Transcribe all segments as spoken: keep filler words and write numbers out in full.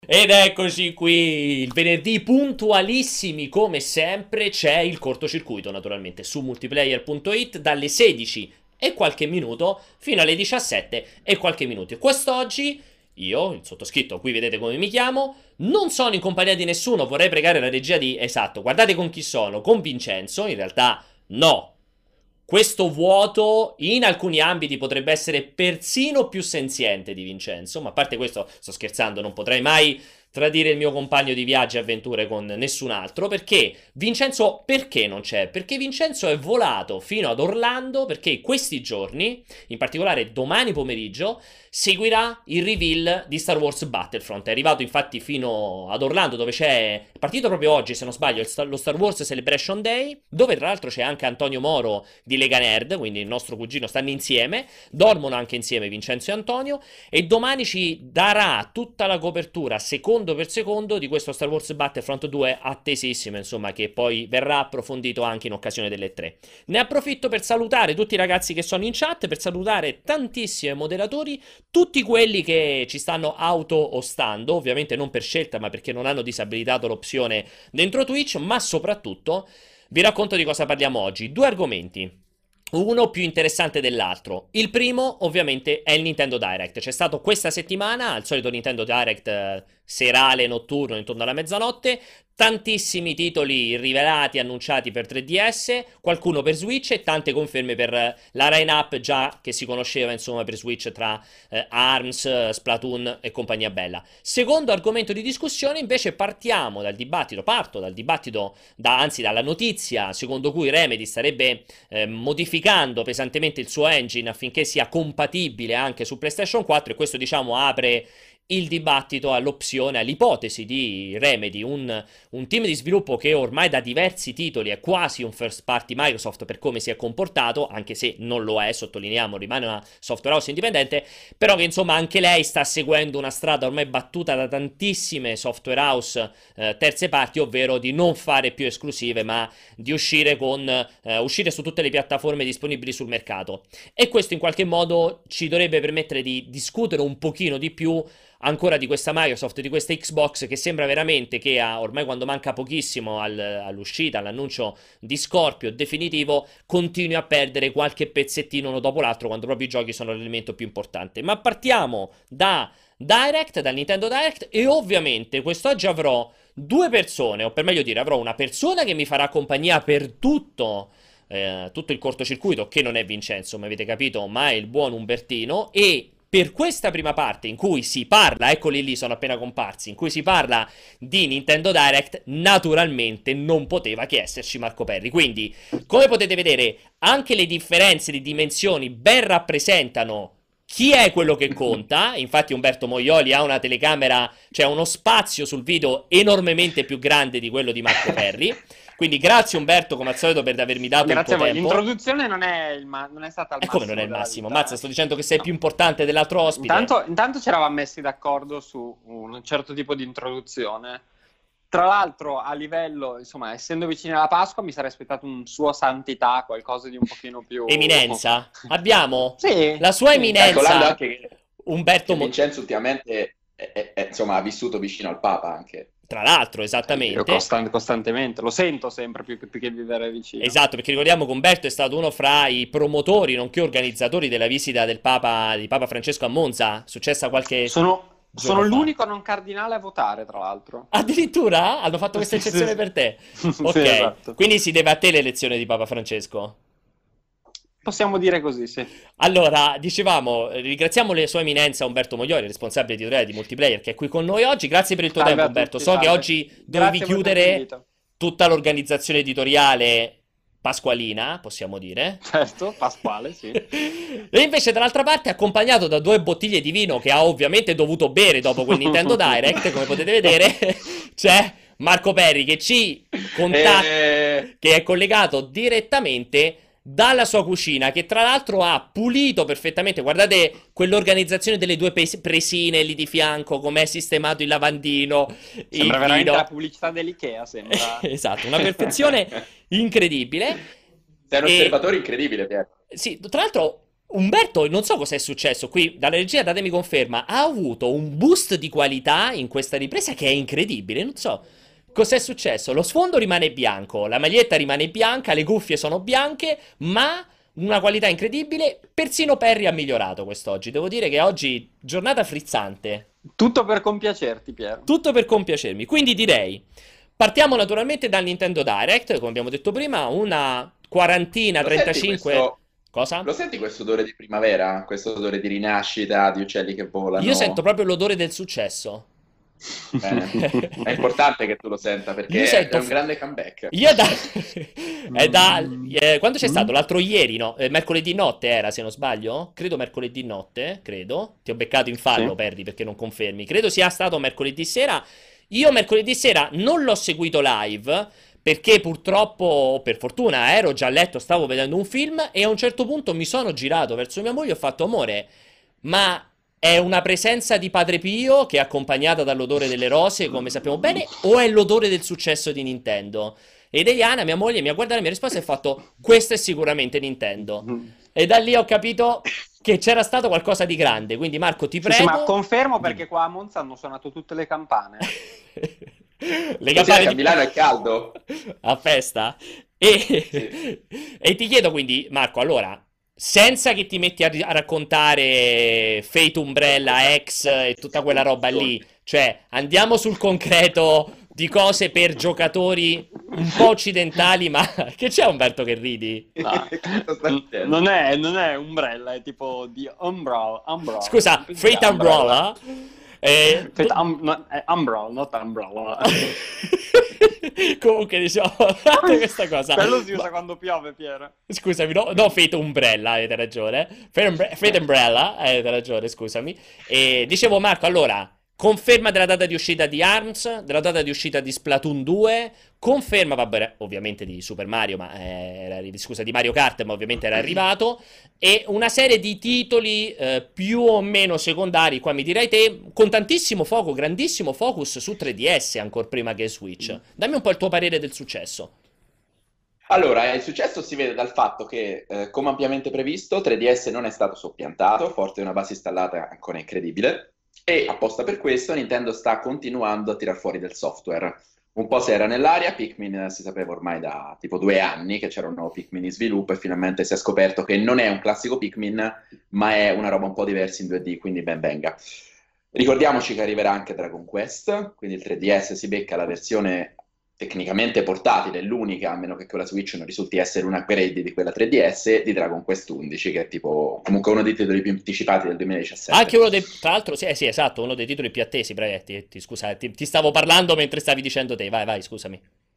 Ed eccoci qui, il venerdì puntualissimi come sempre c'è il cortocircuito naturalmente su multiplayer punto it dalle sedici e qualche minuto fino alle diciassette e qualche minuto. E quest'oggi io, il sottoscritto, qui vedete come mi chiamo, non sono in compagnia di nessuno, vorrei pregare la regia di... Esatto, guardate con chi sono, con Vincenzo, in realtà no. Questo vuoto in alcuni ambiti potrebbe essere persino più senziente di Vincenzo, ma a parte questo, sto scherzando, non potrei mai tradire il mio compagno di viaggi e avventure con nessun altro, perché Vincenzo perché non c'è? Perché Vincenzo è volato fino ad Orlando, perché questi giorni, in particolare domani pomeriggio, seguirà il reveal di Star Wars Battlefront. È arrivato infatti fino ad Orlando, dove c'è, è partito proprio oggi se non sbaglio, lo Star Wars Celebration Day, dove tra l'altro c'è anche Antonio Moro di Lega Nerd, quindi il nostro cugino, stanno insieme, dormono anche insieme Vincenzo e Antonio, e domani ci darà tutta la copertura secondo per secondo di questo Star Wars Battlefront due attesissimo, insomma, che poi verrà approfondito anche in occasione delle tre. Ne approfitto per salutare tutti i ragazzi che sono in chat, per salutare tantissimi moderatori, tutti quelli che ci stanno auto-ostando, ovviamente non per scelta, ma perché non hanno disabilitato l'opzione dentro Twitch, ma soprattutto vi racconto di cosa parliamo oggi. Due argomenti, uno più interessante dell'altro. Il primo, ovviamente, è il Nintendo Direct. C'è stato questa settimana, al solito Nintendo Direct eh, serale, notturno, intorno alla mezzanotte, tantissimi titoli rivelati, annunciati per tre D S, qualcuno per Switch e tante conferme per eh, la line-up già che si conosceva, insomma, per Switch tra eh, ARMS, Splatoon e compagnia bella. Secondo argomento di discussione, invece, partiamo dal dibattito, parto dal dibattito, da, anzi dalla notizia secondo cui Remedy starebbe eh, modificando pesantemente il suo engine affinché sia compatibile anche su PlayStation quattro, e questo, diciamo, apre il dibattito all'opzione, all'ipotesi di Remedy, un, un team di sviluppo che ormai da diversi titoli è quasi un first party Microsoft per come si è comportato, anche se non lo è, sottolineiamo, rimane una software house indipendente, però che insomma anche lei sta seguendo una strada ormai battuta da tantissime software house eh, terze parti, ovvero di non fare più esclusive, ma di uscire con eh, uscire su tutte le piattaforme disponibili sul mercato. E questo in qualche modo ci dovrebbe permettere di discutere un pochino di più ancora di questa Microsoft, di questa Xbox, che sembra veramente che ha, ormai quando manca pochissimo al, all'uscita, all'annuncio di Scorpio definitivo, continui a perdere qualche pezzettino uno dopo l'altro quando proprio i giochi sono l'elemento più importante. Ma partiamo da Direct, dal Nintendo Direct, e ovviamente quest'oggi avrò due persone, o per meglio dire avrò una persona che mi farà compagnia per tutto eh, tutto il cortocircuito, che non è Vincenzo, come avete capito, ma è il buon Umbertino, e per questa prima parte in cui si parla, eccoli lì, sono appena comparsi, in cui si parla di Nintendo Direct, naturalmente non poteva che esserci Marco Perri. Quindi, come potete vedere, anche le differenze di dimensioni ben rappresentano chi è quello che conta. Infatti Umberto Moioli ha una telecamera, cioè uno spazio sul video enormemente più grande di quello di Marco Perri. Quindi grazie Umberto, come al solito, per avermi dato Grazie il tuo a voi. tempo. L'introduzione non è, il ma- non è stata al E come massimo non è il della massimo? vita, Mazza, eh. sto dicendo che sei No. più importante dell'altro ospite. Intanto, intanto ci eravamo messi d'accordo su un certo tipo di introduzione. Tra l'altro, a livello, insomma, essendo vicini alla Pasqua, mi sarei aspettato un suo santità, qualcosa di un pochino più... Eminenza? Abbiamo Sì, la sua sì. eminenza, Calcolando anche che, Umberto che Mo... Vincenzo ultimamente è- è- è, insomma, ha vissuto vicino al Papa anche. Tra l'altro, Io esattamente. costan- costantemente, lo sento sempre più che, più che vivere vicino. Esatto, perché ricordiamo che Umberto è stato uno fra i promotori, nonché organizzatori della visita del Papa, di Papa Francesco a Monza, successa qualche Sono, giorno sono fa. l'unico non cardinale a votare, tra l'altro. Addirittura? Hanno fatto questa Sì, sì, eccezione sì. per te? Sì, Ok, esatto. quindi si deve a te l'elezione di Papa Francesco. Possiamo dire così, sì. Allora, dicevamo, ringraziamo le sua eminenza Umberto Moglioli, responsabile editoriale di Multiplayer, che è qui con noi oggi. Grazie per il tuo Salve tempo, a Umberto. tutti, So che salve. oggi dovevi Grazie a voi per chiudere l'invito. tutta l'organizzazione editoriale pasqualina, possiamo dire. Certo, Pasquale, sì. E invece dall'altra parte, accompagnato da due bottiglie di vino che ha ovviamente dovuto bere dopo quel Nintendo Direct, come potete vedere, c'è Marco Perri che ci contatta, Eh, che è collegato direttamente dalla sua cucina, che tra l'altro ha pulito perfettamente. Guardate quell'organizzazione delle due pes- presine lì di fianco, com'è sistemato il lavandino, il Sembra veramente vino. la pubblicità dell'Ikea, sembra. Esatto, una perfezione incredibile. sei un E- osservatore incredibile, Pier. Sì, tra l'altro Umberto, non so cosa è successo qui, dalla regia datemi conferma, ha avuto un boost di qualità in questa ripresa che è incredibile, non so cos'è successo. Lo sfondo rimane bianco, la maglietta rimane bianca, le cuffie sono bianche, ma una qualità incredibile. Persino Perry ha migliorato quest'oggi, devo dire che oggi giornata frizzante. Tutto per compiacerti, Piero. Tutto per compiacermi, quindi direi, partiamo naturalmente dal Nintendo Direct, come abbiamo detto prima, una quarantina, Lo senti trentacinque... questo, Cosa? lo senti questo odore di primavera? Questo odore di rinascita, di uccelli che Io sento volano? proprio l'odore del successo. Bene. È importante che tu lo senta Io perché è sento... un grande comeback. Io è da... è da... eh, quando c'è stato? Mm. L'altro ieri, no? Eh, mercoledì notte era, se non sbaglio? Credo mercoledì notte, credo. Ti ho beccato in fallo, Sì. Perdi, perché non confermi. Credo sia stato mercoledì sera. Io mercoledì sera non l'ho seguito live, perché purtroppo, o per fortuna, ero già a letto, stavo vedendo un film e a un certo punto mi sono girato verso mia moglie e ho fatto, amore, ma è una presenza di Padre Pio che è accompagnata dall'odore delle rose, come sappiamo bene, o è l'odore del successo di Nintendo? Ed Eliana, mia moglie, mi ha guardato la mia risposta e ha fatto, questo è sicuramente Nintendo. E da lì ho capito che c'era stato qualcosa di grande, quindi Marco ti Sì, sì, ma prego... confermo Dimmi. perché qua a Monza hanno suonato tutte le campane. Le Così campane anche a di... Milano è caldo? a festa. E... Sì. e ti chiedo quindi, Marco, allora, senza che ti metti a, ri- a raccontare Fate Umbrella X e tutta quella roba lì, cioè andiamo sul concreto di cose per giocatori un po' occidentali, ma che c'è Umberto che ridi? No, Cosa stai dicendo? non è, non è Umbrella, è tipo di Umbrella. Umbrella. Scusa, Fate Umbrella? Eh, Fate um, no, è Umbrella, not Umbrella. Comunque diciamo, a parte questa cosa. Quello si Ma- usa quando piove, Piero. Scusami, no, no Fate Umbrella, avete ragione. Fate, Umbre- Fate Umbrella, avete ragione, scusami. E dicevo Marco, allora, conferma della data di uscita di ARMS, della data di uscita di Splatoon due, conferma, vabbè, ovviamente di Super Mario, ma eh, era, scusa, di Mario Kart, ma ovviamente era arrivato, e una serie di titoli eh, più o meno secondari, qua mi dirai te, con tantissimo focus, grandissimo focus su tre D S, ancora prima che Switch. Dammi un po' il tuo parere del successo. Allora, il successo si vede dal fatto che, eh, come ampiamente previsto, tre D S non è stato soppiantato, forte di una base installata ancora incredibile, e apposta per questo Nintendo sta continuando a tirar fuori del software. Un po' se era nell'aria, Pikmin eh, si sapeva ormai da tipo due anni che c'era un nuovo Pikmin in sviluppo e finalmente si è scoperto che non è un classico Pikmin, ma è una roba un po' diversa in due D, quindi ben venga. Ricordiamoci che arriverà anche Dragon Quest, quindi il tre D S si becca la versione tecnicamente portatile, l'unica, a meno che quella Switch non risulti essere un upgrade di quella tre D S, di Dragon Quest undici, che è tipo comunque uno dei titoli più anticipati del duemiladiciassette. Anche uno dei, tra l'altro, sì, eh, sì, esatto, uno dei titoli più attesi, Braietti, ti, scusa, ti, ti stavo parlando mentre stavi dicendo te, vai, vai, scusami.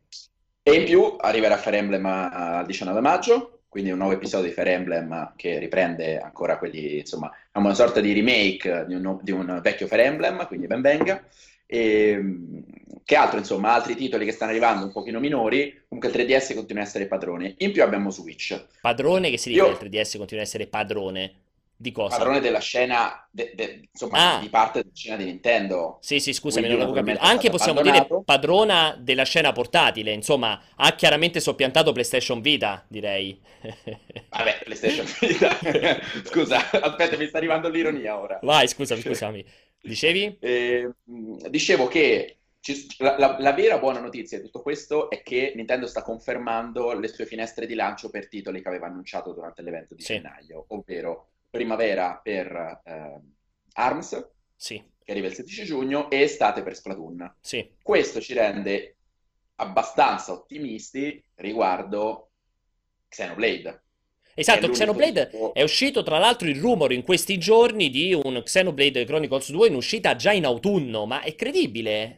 E in più arriverà Fire Emblem al diciannove maggio, quindi un nuovo episodio di Fire Emblem che riprende ancora quelli, insomma, è una sorta di remake di un, di un vecchio Fire Emblem, quindi ben venga. E, che altro, insomma, altri titoli che stanno arrivando un pochino minori, comunque il tre D S continua a essere padrone. In più abbiamo Switch. Padrone, che significa che Io, il tre D S continua a essere padrone di cosa? padrone della scena, de- de- insomma, Ah, di parte della scena di Nintendo. sì, sì, scusami, Wii U non avevo capito. naturalmente è Anche stato possiamo dire abbandonato. padrona della scena portatile, insomma, ha chiaramente soppiantato PlayStation Vita, direi. Vabbè, PlayStation Vita. Scusa, aspetta, mi sta arrivando l'ironia ora. Vai, scusami, scusami. Dicevi? Eh, mh, dicevo che ci- la, la- la vera buona notizia di tutto questo è che Nintendo sta confermando le sue finestre di lancio per titoli che aveva annunciato durante l'evento di Sì, gennaio, ovvero primavera per eh, ARMS, sì, che arriva il sedici giugno, e estate per Splatoon. sì. Questo ci rende abbastanza ottimisti riguardo Xenoblade, che è Esatto, l'unico Xenoblade titolo. è uscito tra l'altro il rumore in questi giorni di un Xenoblade Chronicles due in uscita già in autunno, ma è credibile?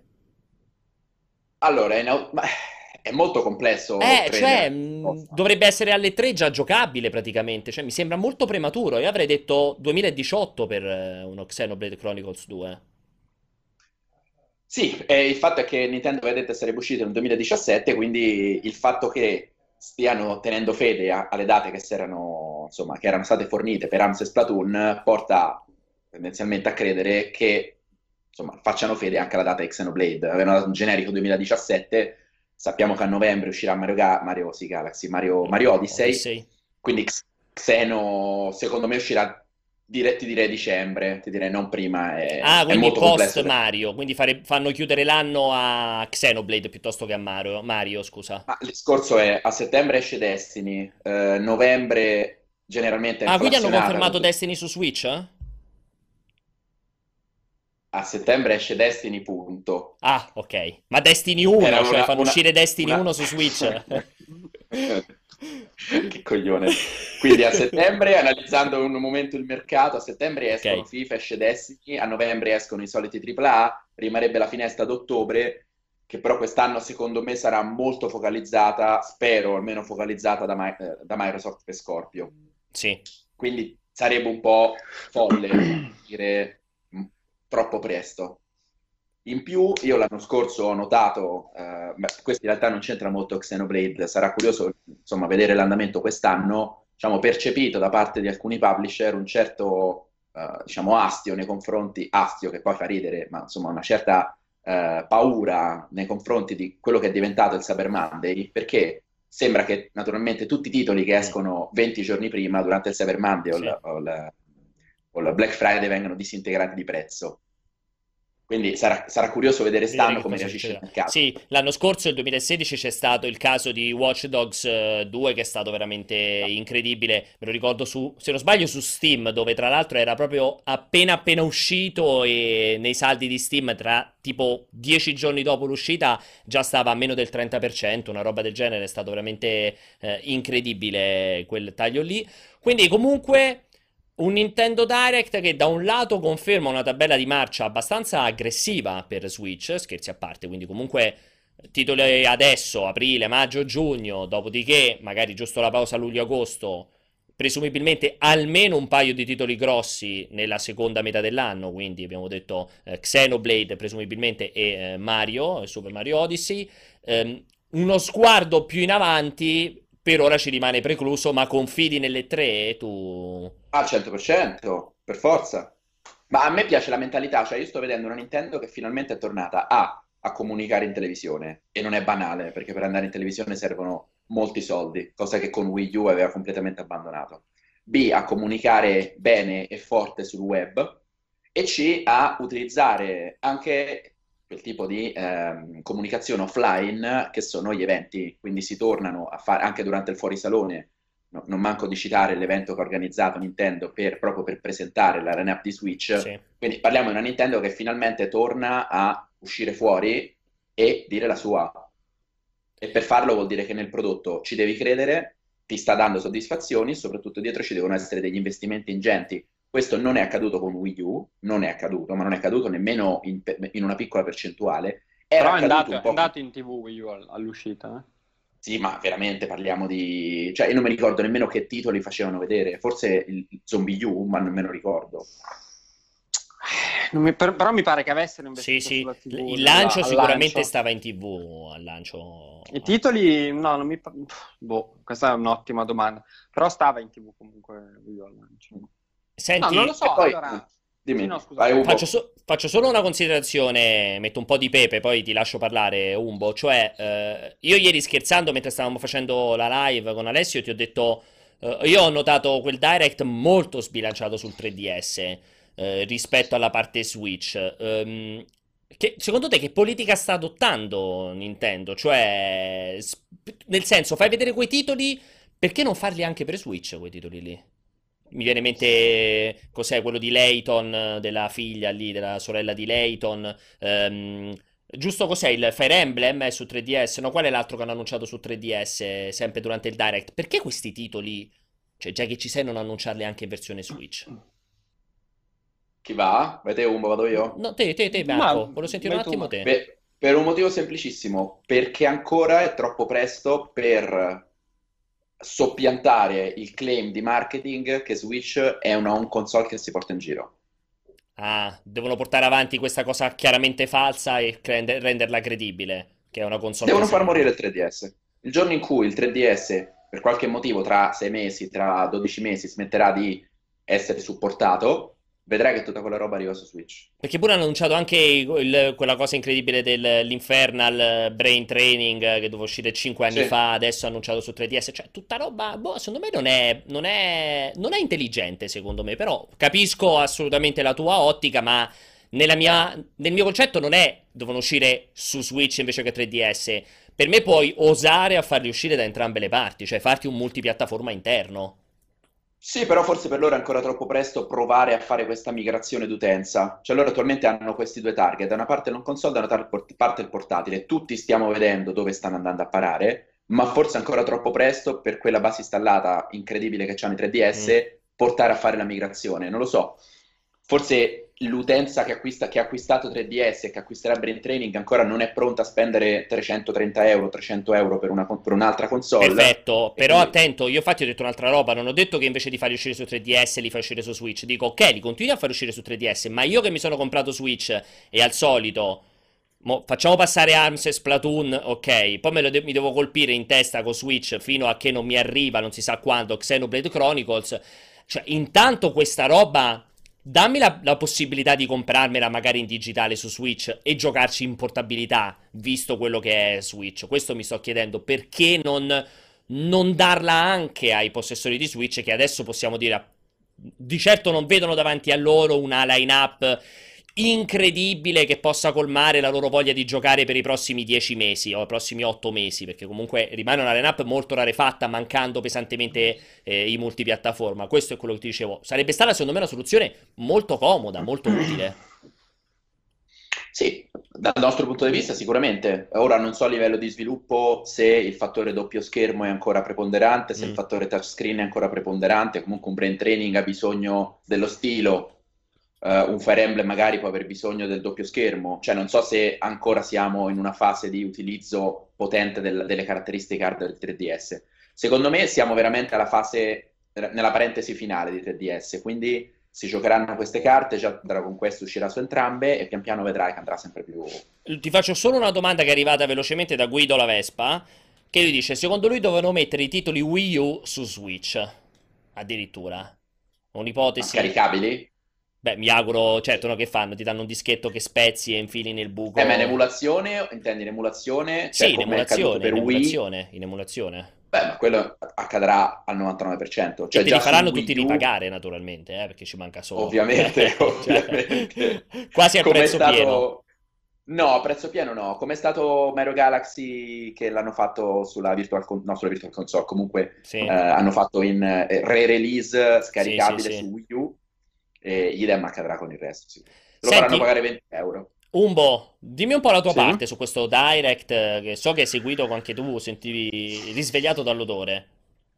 Allora, è, in au- ma è molto complesso Eh, credere cioè, a mh, questa cosa. dovrebbe essere alle tre già giocabile praticamente, cioè mi sembra molto prematuro, io avrei detto duemiladiciotto per eh, uno Xenoblade Chronicles due. Sì, eh, il fatto è che Nintendo aveva detto sarebbe uscito nel duemiladiciassette, quindi il fatto che stiano tenendo fede a- alle date che, si erano, insomma, che erano state fornite per ARMS e Splatoon porta tendenzialmente a credere che, insomma, facciano fede anche alla data di Xenoblade. Avevano dato un generico duemiladiciassette, sappiamo che a novembre uscirà Mario, Ga- Mario sì, Galaxy, Mario, Mario Odyssey, Odyssey. quindi X- Xeno, secondo me uscirà dire- ti direi dicembre, ti direi non prima, è, Ah, è quindi molto post complesso da. Mario, quindi fare- fanno chiudere l'anno a Xenoblade piuttosto che a Mario, Mario, scusa. Ma il discorso è, a settembre esce Destiny, eh, novembre generalmente è Ah, quindi hanno inflazionata con confermato tutto. Destiny su Switch? Eh? A settembre esce Destiny, punto. Ah, ok. Ma Destiny uno, Era cioè una, fanno una, uscire Destiny una... uno su Switch. Che coglione. Quindi a settembre, analizzando un momento il mercato, a settembre Ok, escono FIFA, esce Destiny, a novembre escono i soliti tripla A, rimarrebbe la finestra ad ottobre, che però quest'anno secondo me sarà molto focalizzata, spero almeno focalizzata da, Mi- eh, da Microsoft e Scorpio. sì. Quindi sarebbe un po' folle dire mh, troppo presto. In più, io l'anno scorso ho notato, eh, beh, questo in realtà non c'entra molto Xenoblade, sarà curioso insomma vedere l'andamento quest'anno, diciamo, percepito da parte di alcuni publisher un certo, eh, diciamo, astio nei confronti, astio che poi fa ridere, ma insomma una certa eh, paura nei confronti di quello che è diventato il Cyber Monday, perché sembra che naturalmente tutti i titoli che Mm, escono venti giorni prima, durante il Cyber Monday o sì. il, o il- o il Black Friday, vengono disintegrati di prezzo. Quindi sarà, sarà curioso vedere Vedere stanno che come cosa reagisce il succederà. mercato. Sì, l'anno scorso, il duemilasedici, c'è stato il caso di Watch Dogs eh, due che è stato veramente incredibile. Me lo ricordo su, se non sbaglio, su Steam, dove tra l'altro era proprio appena appena uscito e nei saldi di Steam, tra tipo dieci giorni dopo l'uscita, già stava a meno del trenta per cento, una roba del genere. È stato veramente eh, incredibile quel taglio lì. Quindi comunque un Nintendo Direct che da un lato conferma una tabella di marcia abbastanza aggressiva per Switch, scherzi a parte, quindi comunque titoli adesso, aprile, maggio, giugno, dopodiché magari giusto la pausa luglio-agosto, presumibilmente almeno un paio di titoli grossi nella seconda metà dell'anno, quindi abbiamo detto eh, Xenoblade presumibilmente e eh, Mario, Super Mario Odyssey. Ehm, uno sguardo più in avanti per ora ci rimane precluso, ma confidi nelle tre tu? Al cento per cento, per forza. Ma a me piace la mentalità, cioè io sto vedendo una Nintendo che finalmente è tornata A, a comunicare in televisione, e non è banale, perché per andare in televisione servono molti soldi, cosa che con Wii U aveva completamente abbandonato. B, a comunicare bene e forte sul web, e C, a utilizzare anche quel tipo di ehm, comunicazione offline che sono gli eventi, quindi si tornano a fare anche durante il fuorisalone. No- non manco di citare l'evento che ha organizzato Nintendo per- proprio per presentare la lineup di Switch. Sì. Quindi parliamo di una Nintendo che finalmente torna a uscire fuori e dire la sua. E per farlo vuol dire che nel prodotto ci devi credere, ti sta dando soddisfazioni, e soprattutto dietro ci devono essere degli investimenti ingenti. Questo non è accaduto con Wii U, non è accaduto, ma non è accaduto nemmeno in, pe- in una piccola percentuale. Era Però è accaduto andato, un è po' con. andato in T V Wii U all- all'uscita, eh. Sì, ma veramente parliamo di. Cioè, io non mi ricordo nemmeno che titoli facevano vedere. Forse il il Zombie U, ma non me lo ricordo. Non mi- per- però mi pare che avessero Sì, investito sì, sulla T V il nella- lancio al sicuramente lancio. stava in T V al lancio. I titoli, no, non mi pa- boh, questa è un'ottima domanda. Però stava in T V comunque Wii U al lancio. No, non lo Senti, so, E poi, allora. Sì, dimmi, no, scusa, vai vai. faccio, Ugo. so- faccio solo una considerazione, metto un po' di pepe, poi ti lascio parlare, Umbo. Cioè, eh, io ieri scherzando, mentre stavamo facendo la live con Alessio, ti ho detto, eh, io ho notato quel direct molto sbilanciato sul tre D S eh, rispetto alla parte Switch. Ehm, che- secondo te che politica sta adottando Nintendo? Cioè, sp- nel senso, fai vedere quei titoli, perché non farli anche per Switch, quei titoli lì? Mi viene in mente cos'è quello di Layton, eh, della figlia lì, della sorella di Layton. Ehm, giusto cos'è il Fire Emblem è su tre D S? No, qual è l'altro che hanno annunciato su tre D S eh, sempre durante il Direct? Perché questi titoli, cioè già che ci sei, non annunciarli anche in versione Switch? Chi va? Vai te, Umbo, vado io? No, te, te, te, Ma Marco, volevo sentire un vai tu, attimo Marco. te. Beh, per un motivo semplicissimo, perché ancora è troppo presto per soppiantare il claim di marketing che Switch è una home console che si porta in giro. Ah, devono portare avanti questa cosa chiaramente falsa e rende- renderla credibile, che è una console Devono casa far morire loro. il tre D S. Il giorno in cui il tre D S, per qualche motivo, tra sei mesi, tra dodici mesi, smetterà di essere supportato, vedrai che tutta quella roba arriva su Switch. Perché pure hanno annunciato anche il- quella cosa incredibile dell'Infernal Brain Training che doveva uscire cinque anni Sì. fa, adesso ha annunciato su tre D S, cioè tutta roba, boh, secondo me non è, non è, non è intelligente, secondo me, però capisco assolutamente la tua ottica, ma nella mia, nel mio concetto non è devono uscire su Switch invece che tre D S, per me puoi osare a farli uscire da entrambe le parti, cioè farti un multipiattaforma interno. Sì, però forse per loro è ancora troppo presto provare a fare questa migrazione d'utenza. Cioè loro attualmente hanno questi due target, da una parte non console, da una tar- port- parte il portatile. Tutti stiamo vedendo dove stanno andando a parare, ma forse è ancora troppo presto per quella base installata incredibile che hanno i tre D S Mm. portare a fare la migrazione. Non lo so. Forse l'utenza che, acquista, che ha acquistato tre D S e che acquisterà Brain Training ancora non è pronta a spendere trecentotrenta euro, trecento euro per, una, per un'altra console. Perfetto, E però quindi attento, io infatti ho detto un'altra roba, non ho detto che invece di farli uscire su tre D S li fai uscire su Switch, dico ok, li continui a far uscire su tre D S, ma io che mi sono comprato Switch e al solito, mo, facciamo passare Arms e Splatoon, ok, poi me lo de- mi devo colpire in testa con Switch fino a che non mi arriva, non si sa quando, Xenoblade Chronicles, cioè intanto questa roba... Dammi la, la possibilità di comprarmela magari in digitale su Switch e giocarci in portabilità, visto quello che è Switch. Questo mi sto chiedendo, perché non, non darla anche ai possessori di Switch che adesso possiamo dire, di certo non vedono davanti a loro una line-up incredibile che possa colmare la loro voglia di giocare per i prossimi dieci mesi o i prossimi otto mesi, perché comunque rimane una line-up molto rarefatta, mancando pesantemente eh, i multipiattaforma. Questo è quello che ti dicevo. Sarebbe stata secondo me una soluzione molto comoda, molto utile. sì, dal nostro punto di vista sicuramente. Ora non so a livello di sviluppo se il fattore doppio schermo è ancora preponderante, se il Mm. fattore touchscreen è ancora preponderante, comunque un brain training ha bisogno dello stilo, eh, un Fire Emblem magari può aver bisogno del doppio schermo, cioè non so se ancora siamo in una fase di utilizzo potente del- delle caratteristiche hardware del tre D S. Secondo me siamo veramente alla fase, nella parentesi finale di tre D S, quindi si giocheranno queste carte, già Dragon Quest uscirà su entrambe e pian piano vedrai che andrà sempre più... Ti faccio solo una domanda che è arrivata velocemente da Guido La Vespa, che lui dice, secondo lui dovevano mettere i titoli Wii U su Switch, addirittura. Ma Un'ipotesi? scaricabili? Beh, mi auguro, certo, no, che fanno? Ti danno un dischetto che spezzi e infili nel Eh, ma in buco. emulazione, intendi in emulazione, Sì, cioè in come è accaduto emulazione, per in Wii, emulazione, in emulazione. beh, ma quello accadrà al novantanove per cento, E cioè te li già su faranno tutti Wii U, ripagare, naturalmente, eh, perché ci manca solo. ovviamente, Cioè, ovviamente, quasi al come è prezzo pieno. stato... No, a prezzo pieno no, come è stato Mario Galaxy che l'hanno fatto sulla Virtual, Con- no, sulla Virtual Console, comunque Sì, eh, hanno fatto in eh, re-release sì, sì, scaricabile su sì. Wii U e idem accadrà con il resto, sì. Te lo faranno Senti, pagare venti euro. Umbo, dimmi un po' la tua Sì? parte su questo Direct, eh, che so che hai seguito anche tu, sentivi risvegliato dall'odore.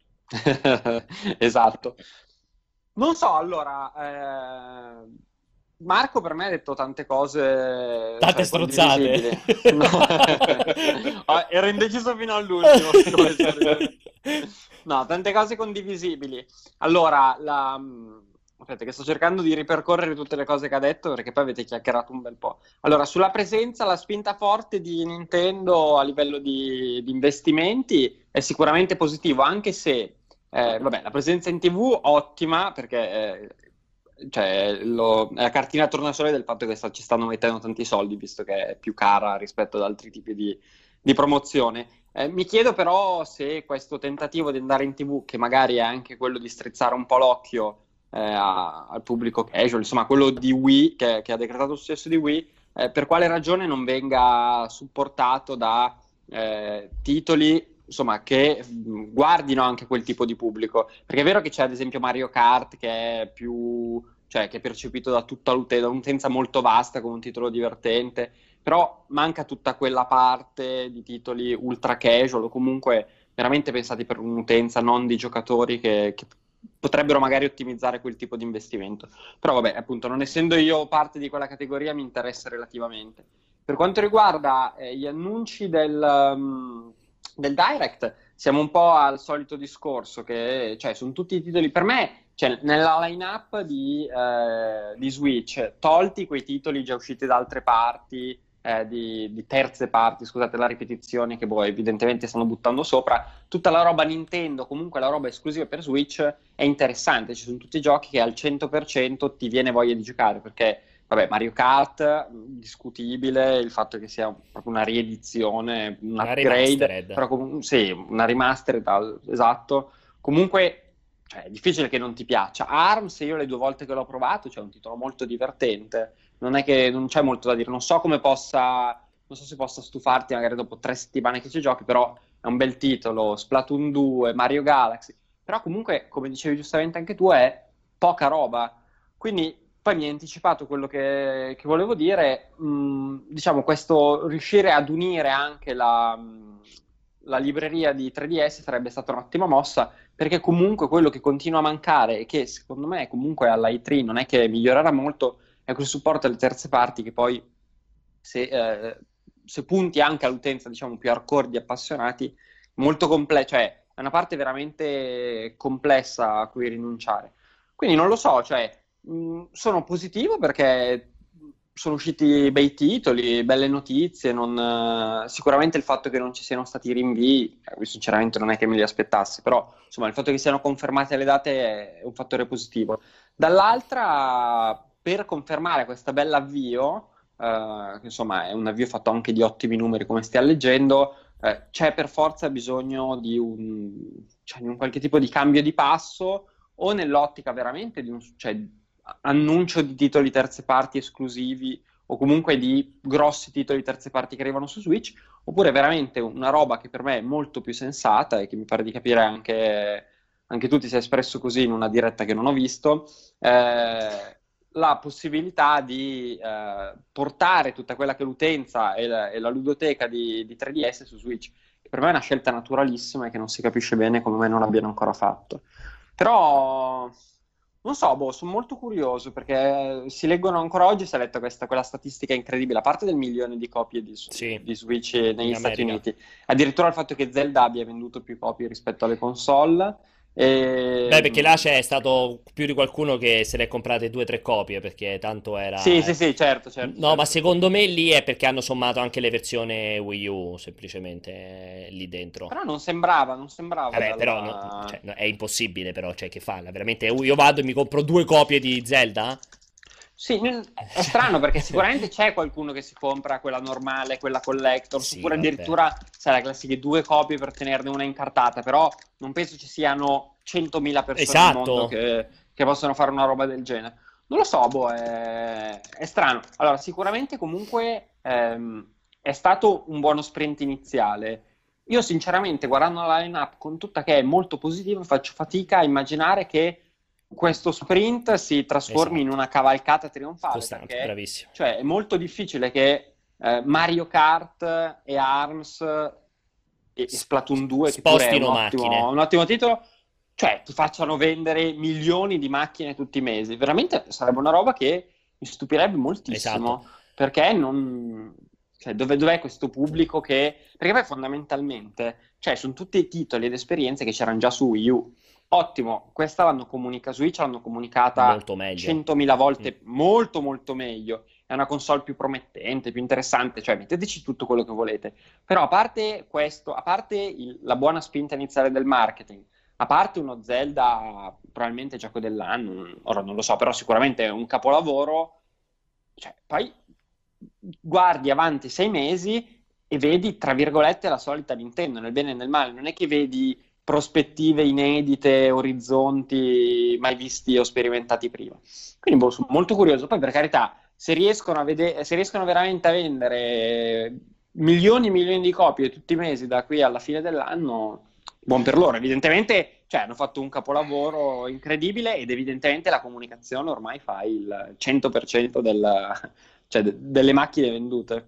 Esatto. Non so, allora, eh, Marco per me ha detto tante cose, Tante cioè, strozzate. condivisibili. Ah, ero indeciso fino all'ultimo su come sorridere. No, tante cose condivisibili. Allora, la... aspetta, che sto cercando di ripercorrere tutte le cose che ha detto perché poi avete chiacchierato un bel po'. Allora, sulla presenza, la spinta forte di Nintendo a livello di, di investimenti è sicuramente positivo, anche se eh, vabbè, la presenza in T V ottima perché eh, cioè, lo- è la cartina tornasole del fatto che sta- ci stanno mettendo tanti soldi, visto che è più cara rispetto ad altri tipi di, di promozione. Eh, mi chiedo però se questo tentativo di andare in T V, che magari è anche quello di strizzare un po' l'occhio eh, a- al pubblico casual, insomma, quello di Wii, che, che ha decretato il successo di Wii, eh, per quale ragione non venga supportato da eh, titoli insomma, che mh, guardino anche quel tipo di pubblico. Perché è vero che c'è ad esempio Mario Kart che è più, cioè che è percepito da tutta l'utenza, da un'utenza molto vasta come un titolo divertente, però manca tutta quella parte di titoli ultra casual o comunque veramente pensati per un'utenza non di giocatori che, che potrebbero magari ottimizzare quel tipo di investimento. Però vabbè, appunto, non essendo io parte di quella categoria mi interessa relativamente. Per quanto riguarda eh, gli annunci del, um, del Direct, siamo un po' al solito discorso, che cioè, sono tutti i titoli, per me, cioè, nella line-up di, eh, di Switch, tolti quei titoli già usciti da altre parti, eh, eh, di, di terze parti, scusate la ripetizione, che poi evidentemente stanno buttando sopra, tutta la roba Nintendo, comunque la roba esclusiva per Switch è interessante, ci sono tutti i giochi che al cento per cento ti viene voglia di giocare, perché vabbè, Mario Kart, discutibile, il fatto che sia proprio una riedizione, un Una upgrade, remastered. però comunque sì, una remastered, esatto. Comunque, cioè, è difficile che non ti piaccia. ARMS, io le due volte che l'ho provato, c'è un titolo molto divertente, non è che non c'è molto da dire, non so come possa, non so se possa stufarti magari dopo tre settimane che ci giochi, però è un bel titolo, Splatoon due, Mario Galaxy, però comunque, come dicevi giustamente anche tu, è poca roba, quindi poi mi hai anticipato quello che, che volevo dire, mh, diciamo questo riuscire ad unire anche la, mh, la libreria di tre D S sarebbe stata un'ottima mossa, perché comunque quello che continua a mancare e che secondo me comunque alla i tre non è che migliorerà molto è quel supporto alle terze parti che poi se, eh, se punti anche all'utenza diciamo più hardcore di appassionati, molto complessa, cioè è una parte veramente complessa a cui rinunciare. Quindi non lo so, cioè mh, sono positivo perché sono usciti bei titoli, belle notizie, non, eh, sicuramente il fatto che non ci siano stati rinvii, eh, sinceramente non è che me li aspettassi, però insomma il fatto che siano confermate le date è un fattore positivo. Dall'altra, per confermare questo bell'avvio, eh, che insomma è un avvio fatto anche di ottimi numeri come stiamo leggendo, eh, c'è per forza bisogno di un, cioè, di un qualche tipo di cambio di passo o nell'ottica veramente di un, cioè, annuncio di titoli terze parti esclusivi o comunque di grossi titoli terze parti che arrivano su Switch, oppure veramente una roba che per me è molto più sensata e che mi pare di capire anche, anche tu ti sei espresso così in una diretta che non ho visto, eh, la possibilità di eh, portare tutta quella che è l'utenza e la, e la ludoteca di, di tre D S su Switch, che per me è una scelta naturalissima e che non si capisce bene come mai non l'abbiano ancora fatto. Però non so, boh, sono molto curioso perché si leggono ancora oggi, si è letta questa, quella statistica incredibile, a parte del milione di copie di, Sì, di Switch negli in Stati America. Uniti, addirittura il fatto che Zelda abbia venduto più copie rispetto alle console. E, Beh, perché là c'è stato più di qualcuno che se ne è comprate due o tre copie perché tanto sì, era. sì, sì, certo, certo, No, ma certo. secondo me lì è perché hanno sommato anche le versioni Wii U semplicemente eh, lì dentro. Però non sembrava, non sembrava Vabbè, però no- dalla... cioè, no, è impossibile, però, cioè, che fa? Veramente, io vado e mi compro due copie di Zelda? Sì, n- è strano perché sicuramente c'è qualcuno che si compra quella normale, quella collectors, Sì, oppure vabbè. addirittura sai, la classica due copie per tenerne una incartata, però non penso ci siano centomila persone al mondo Esatto. che, che possono fare una roba del genere. Non lo so, boh, è, è strano. Allora, sicuramente comunque ehm, è stato un buono sprint iniziale. Io sinceramente, guardando la line-up con tutta che è molto positiva, faccio fatica a immaginare che questo sprint si trasformi in Esatto. una cavalcata trionfale, Costante, perché bravissimo. cioè, è molto difficile che eh, Mario Kart e ARMS e, e Splatoon due, che pure è un Spostino ottimo, macchine. un ottimo titolo, cioè ti facciano vendere milioni di macchine tutti i mesi. Veramente sarebbe una roba che mi stupirebbe moltissimo, Esatto. perché non... Cioè, dove, dov'è questo pubblico che... Perché poi fondamentalmente, cioè, sono tutti titoli ed esperienze che c'erano già su Wii U. Ottimo, questa l'hanno comunicata, Switch l'hanno comunicata Molto meglio. centomila Mm. volte, molto molto meglio. È una console più promettente, più interessante, cioè metteteci tutto quello che volete. Però a parte questo, a parte il- la buona spinta iniziale del marketing, a parte uno Zelda, probabilmente gioco dell'anno, ora non lo so, però sicuramente è un capolavoro, cioè, poi guardi avanti sei mesi e vedi, tra virgolette, la solita Nintendo, nel bene e nel male. Non è che vedi prospettive inedite, orizzonti mai visti o sperimentati prima. Quindi boh, sono molto curioso. Poi, per carità, se riescono a vedere, se riescono veramente a vendere milioni e milioni di copie tutti i mesi da qui alla fine dell'anno, buon per loro. Evidentemente, cioè, hanno fatto un capolavoro incredibile ed evidentemente la comunicazione ormai fa il cento per cento del, cioè, de- delle macchine vendute.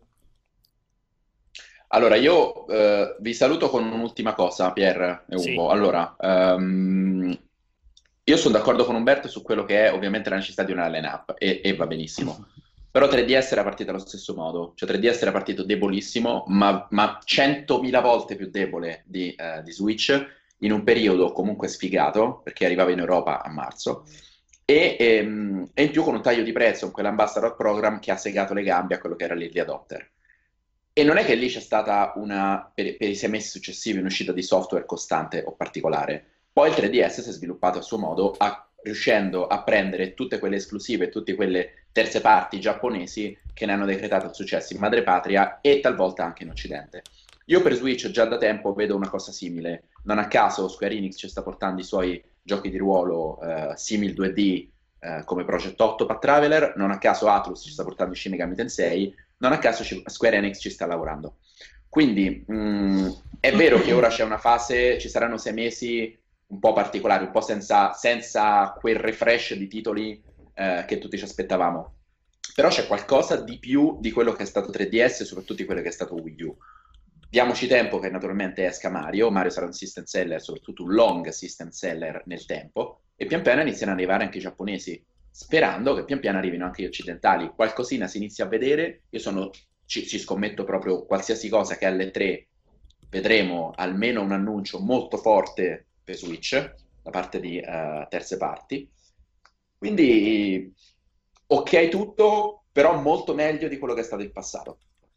Allora, io eh, vi saluto con un'ultima cosa, Pier e Sì. Ugo. Allora, ehm, io sono d'accordo con Umberto su quello che è ovviamente la necessità di una line-up e, e va benissimo. Però tre D S era partita allo stesso modo, cioè tre D S era partito debolissimo, ma, ma centomila volte più debole di, eh, di Switch, in un periodo comunque sfigato, perché arrivava in Europa a marzo, e, ehm, e in più con un taglio di prezzo, con quell'ambassador program che ha segato le gambe a quello che era l'early adopter. E non è che lì c'è stata una, per, per i sei mesi successivi, un'uscita di software costante o particolare. Poi il tre D S si è sviluppato a suo modo, a- riuscendo a prendere tutte quelle esclusive, tutte quelle terze parti giapponesi che ne hanno decretato il successo in madrepatria e talvolta anche in Occidente. Io per Switch già da tempo vedo una cosa simile. Non a caso Square Enix ci sta portando i suoi giochi di ruolo eh, simil due D eh, come Project Octopath Traveler, non a caso Atlus ci sta portando Shin Megami Tensei, non a caso ci- Square Enix ci sta lavorando. Quindi mh, è vero che ora c'è una fase, ci saranno sei mesi un po' particolari, un po' senza, senza quel refresh di titoli eh, che tutti ci aspettavamo. Però c'è qualcosa di più di quello che è stato tre D S e soprattutto di quello che è stato Wii U. Diamoci tempo che naturalmente esca Mario, Mario sarà un system seller, soprattutto un long system seller nel tempo, e pian piano iniziano ad arrivare anche i giapponesi, sperando che pian piano arrivino anche gli occidentali. Qualcosina si inizia a vedere, io sono, ci, ci scommetto proprio qualsiasi cosa che alle tre vedremo almeno un annuncio molto forte per Switch da parte di eh, terze parti. Quindi ok tutto, però molto meglio di quello che è stato il passato.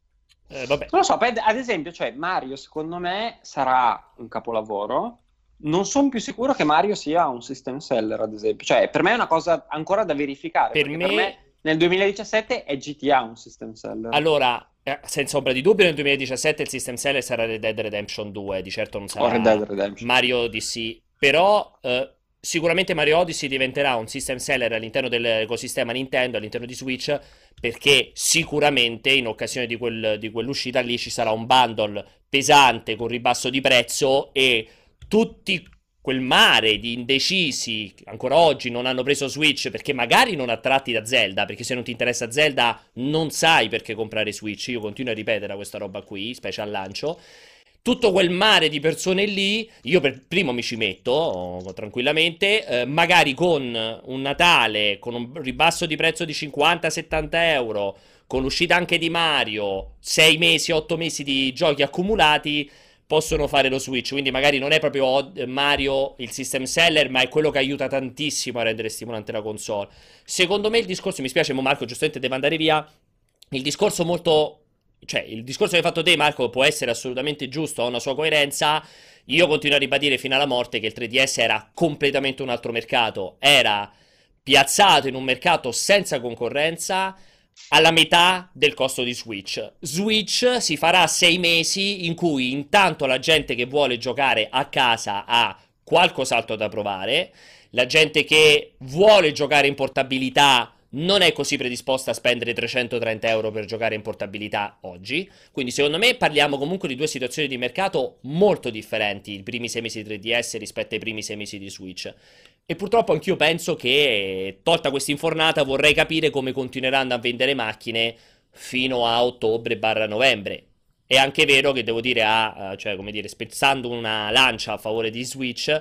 Eh, vabbè. Non lo so, per- ad esempio, cioè Mario secondo me sarà un capolavoro. Non sono più sicuro che Mario sia un system seller, ad esempio. Cioè, per me è una cosa ancora da verificare. Per perché me- per me nel duemiladiciassette è G T A un system seller. Allora, eh, senza ombra di dubbio, nel duemiladiciassette il system seller sarà Red Dead Redemption due, di certo non sarà O Red Dead Redemption. Mario Odyssey, però eh, sicuramente Mario Odyssey diventerà un system seller all'interno dell'ecosistema Nintendo, all'interno di Switch, perché sicuramente in occasione di, quel- di quell'uscita lì ci sarà un bundle pesante con ribasso di prezzo e tutti quel mare di indecisi che ancora oggi non hanno preso Switch perché magari non attratti da Zelda, perché se non ti interessa Zelda non sai perché comprare Switch. Io continuo a ripetere questa roba qui, specie al lancio. Tutto quel mare di persone lì, io per primo mi ci metto oh, tranquillamente, eh, magari con un Natale, con un ribasso di prezzo di cinquanta settanta euro, con l'uscita anche di Mario, sei mesi, otto mesi di giochi accumulati, possono fare lo Switch. Quindi magari non è proprio Mario il system seller, ma è quello che aiuta tantissimo a rendere stimolante la console. Secondo me il discorso, mi spiace, ma Marco giustamente deve andare via, il discorso molto... Cioè, il discorso che hai fatto te, Marco, può essere assolutamente giusto, ha una sua coerenza. Io continuo a ribadire fino alla morte che il tre D S era completamente un altro mercato. Era piazzato in un mercato senza concorrenza alla metà del costo di Switch. Switch si farà sei mesi in cui intanto la gente che vuole giocare a casa ha qualcos'altro da provare, la gente che vuole giocare in portabilità non è così predisposta a spendere trecentotrenta euro per giocare in portabilità oggi. Quindi secondo me parliamo comunque di due situazioni di mercato molto differenti, i primi sei mesi di tre D S rispetto ai primi sei mesi di Switch. E purtroppo anch'io penso che, tolta questa infornata, vorrei capire come continueranno a vendere macchine fino a ottobre novembre. È anche vero che devo dire, a, cioè come dire, spezzando una lancia a favore di Switch,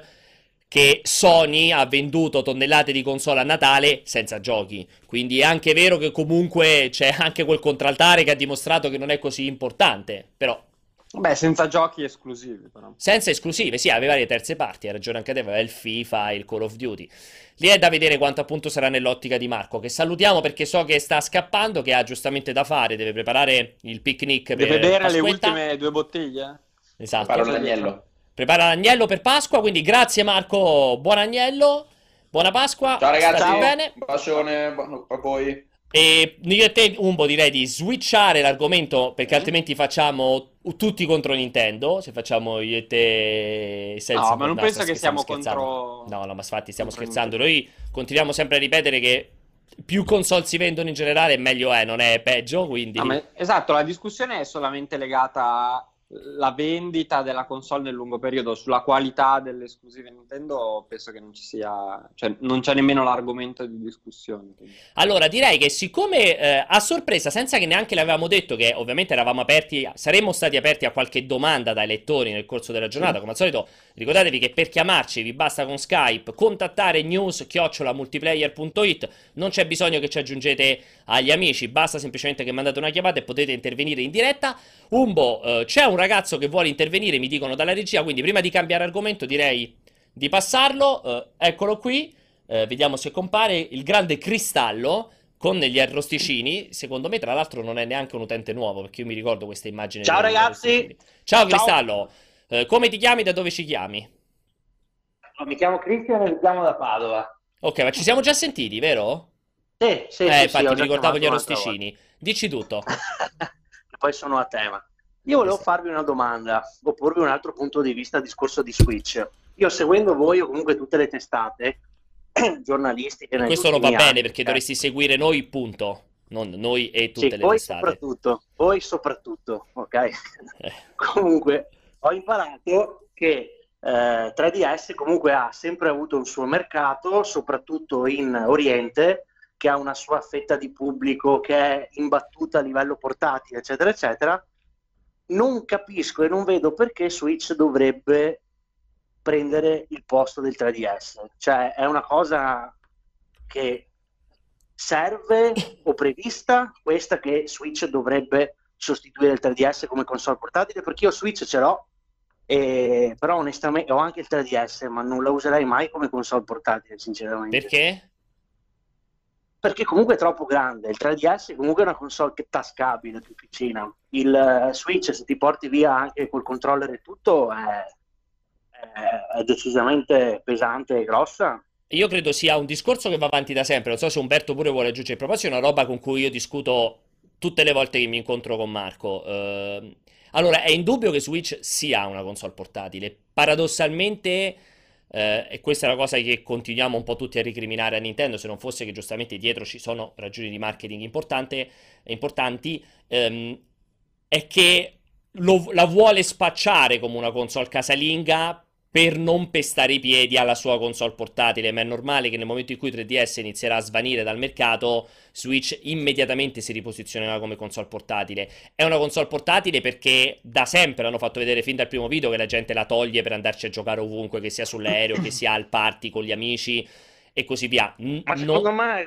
che Sony ha venduto tonnellate di console a Natale senza giochi. Quindi è anche vero che comunque c'è anche quel contraltare che ha dimostrato che non è così importante. Però Beh, senza giochi esclusivi, però. senza esclusive, sì, aveva le terze parti, hai ragione anche te, aveva il FIFA, il Call of Duty. Lì è da vedere quanto appunto sarà nell'ottica di Marco, che salutiamo perché so che sta scappando, che ha giustamente da fare, deve preparare il picnic per Deve bere le Pasquetta. ultime due bottiglie? Esatto. Preparo l'agnello. Prepara l'agnello per Pasqua, quindi grazie Marco, buon agnello, buona Pasqua, Ciao ragazzi, state bene. un bacione bu- a voi. E io e te, Umbo, direi di switchare l'argomento perché Mm. altrimenti facciamo tutti contro Nintendo. Se facciamo io e te senza No, ma non penso sta- che stiamo siamo scherzando. contro- No, no, ma infatti stiamo contro scherzando. Noi continuiamo sempre a ripetere che più console si vendono in generale, meglio è, non è peggio. Quindi No, ma- esatto, la discussione è solamente legata alla vendita della console nel lungo periodo. Sulla qualità delle esclusive Nintendo penso che non ci sia, cioè non c'è nemmeno l'argomento di discussione. quindi. allora, direi che siccome eh, a sorpresa, senza che neanche l'avevamo detto, che ovviamente eravamo aperti, saremmo stati aperti a qualche domanda dai lettori nel corso della giornata, come al solito, ricordatevi che per chiamarci vi basta con Skype contattare news chiocciola multiplayer punto it, non c'è bisogno che ci aggiungete agli amici, basta semplicemente che mandate una chiamata e potete intervenire in diretta. Umbo, eh, c'è un ragazzo che vuole intervenire, mi dicono dalla regia, quindi prima di cambiare argomento direi di passarlo. Eh, eccolo qui. Eh, vediamo se compare il grande Cristallo con gli arrosticini. Secondo me, tra l'altro, non è neanche un utente nuovo, perché io mi ricordo questa immagine. Ciao degli ragazzi! arrosticini. Ciao Ciao. Cristallo, Eh, come ti chiami? Da dove ci chiami? Mi chiamo Cristian e mi chiamo da Padova. Ok, ma ci siamo già sentiti, vero? Sì, sì, Eh, sì, infatti sì, ho mi già ricordavo gli chiamato un'altra arrosticini. Dici tutto. volta. Poi sono a tema. Io volevo farvi una domanda o porvi un altro punto di vista al discorso di Switch. Io seguendo voi o comunque tutte le testate giornalistiche negli Questo non va ultimi bene anni, perché eh, dovresti seguire noi, punto. Non noi e tutte sì, le voi testate. soprattutto, voi soprattutto, ok? Eh. Comunque ho imparato che eh, tre D S comunque ha sempre avuto un suo mercato, soprattutto in Oriente, che ha una sua fetta di pubblico che è imbattuta a livello portatile, eccetera, eccetera. Non capisco e non vedo perché Switch dovrebbe prendere il posto del tre D S. Cioè, è una cosa che serve o prevista, questa che Switch dovrebbe sostituire il tre D S come console portatile, perché io Switch ce l'ho, e, però onestamente ho anche il tre D S, ma non la userei mai come console portatile, sinceramente. Perché? Perché comunque è troppo grande. Il tre D S comunque è una console che tascabile, più piccina. Il eh, Switch, se ti porti via anche col controller e tutto, è, è, è decisamente pesante e grossa. Io credo sia un discorso che va avanti da sempre. Non so se Umberto pure vuole aggiungere. In proposito, è una roba con cui io discuto tutte le volte che mi incontro con Marco. Eh, allora, è indubbio che Switch sia una console portatile. Paradossalmente, eh, e questa è la cosa che continuiamo un po' tutti a ricriminare a Nintendo, se non fosse che giustamente dietro ci sono ragioni di marketing importante, importanti, ehm, è che lo- la vuole spacciare come una console casalinga per non pestare i piedi alla sua console portatile, ma è normale che nel momento in cui tre D S inizierà a svanire dal mercato, Switch immediatamente si riposizionerà come console portatile. È una console portatile perché da sempre hanno fatto vedere fin dal primo video che la gente la toglie per andarci a giocare ovunque, che sia sull'aereo, che sia al party con gli amici e così via. N- Ma no- secondo me,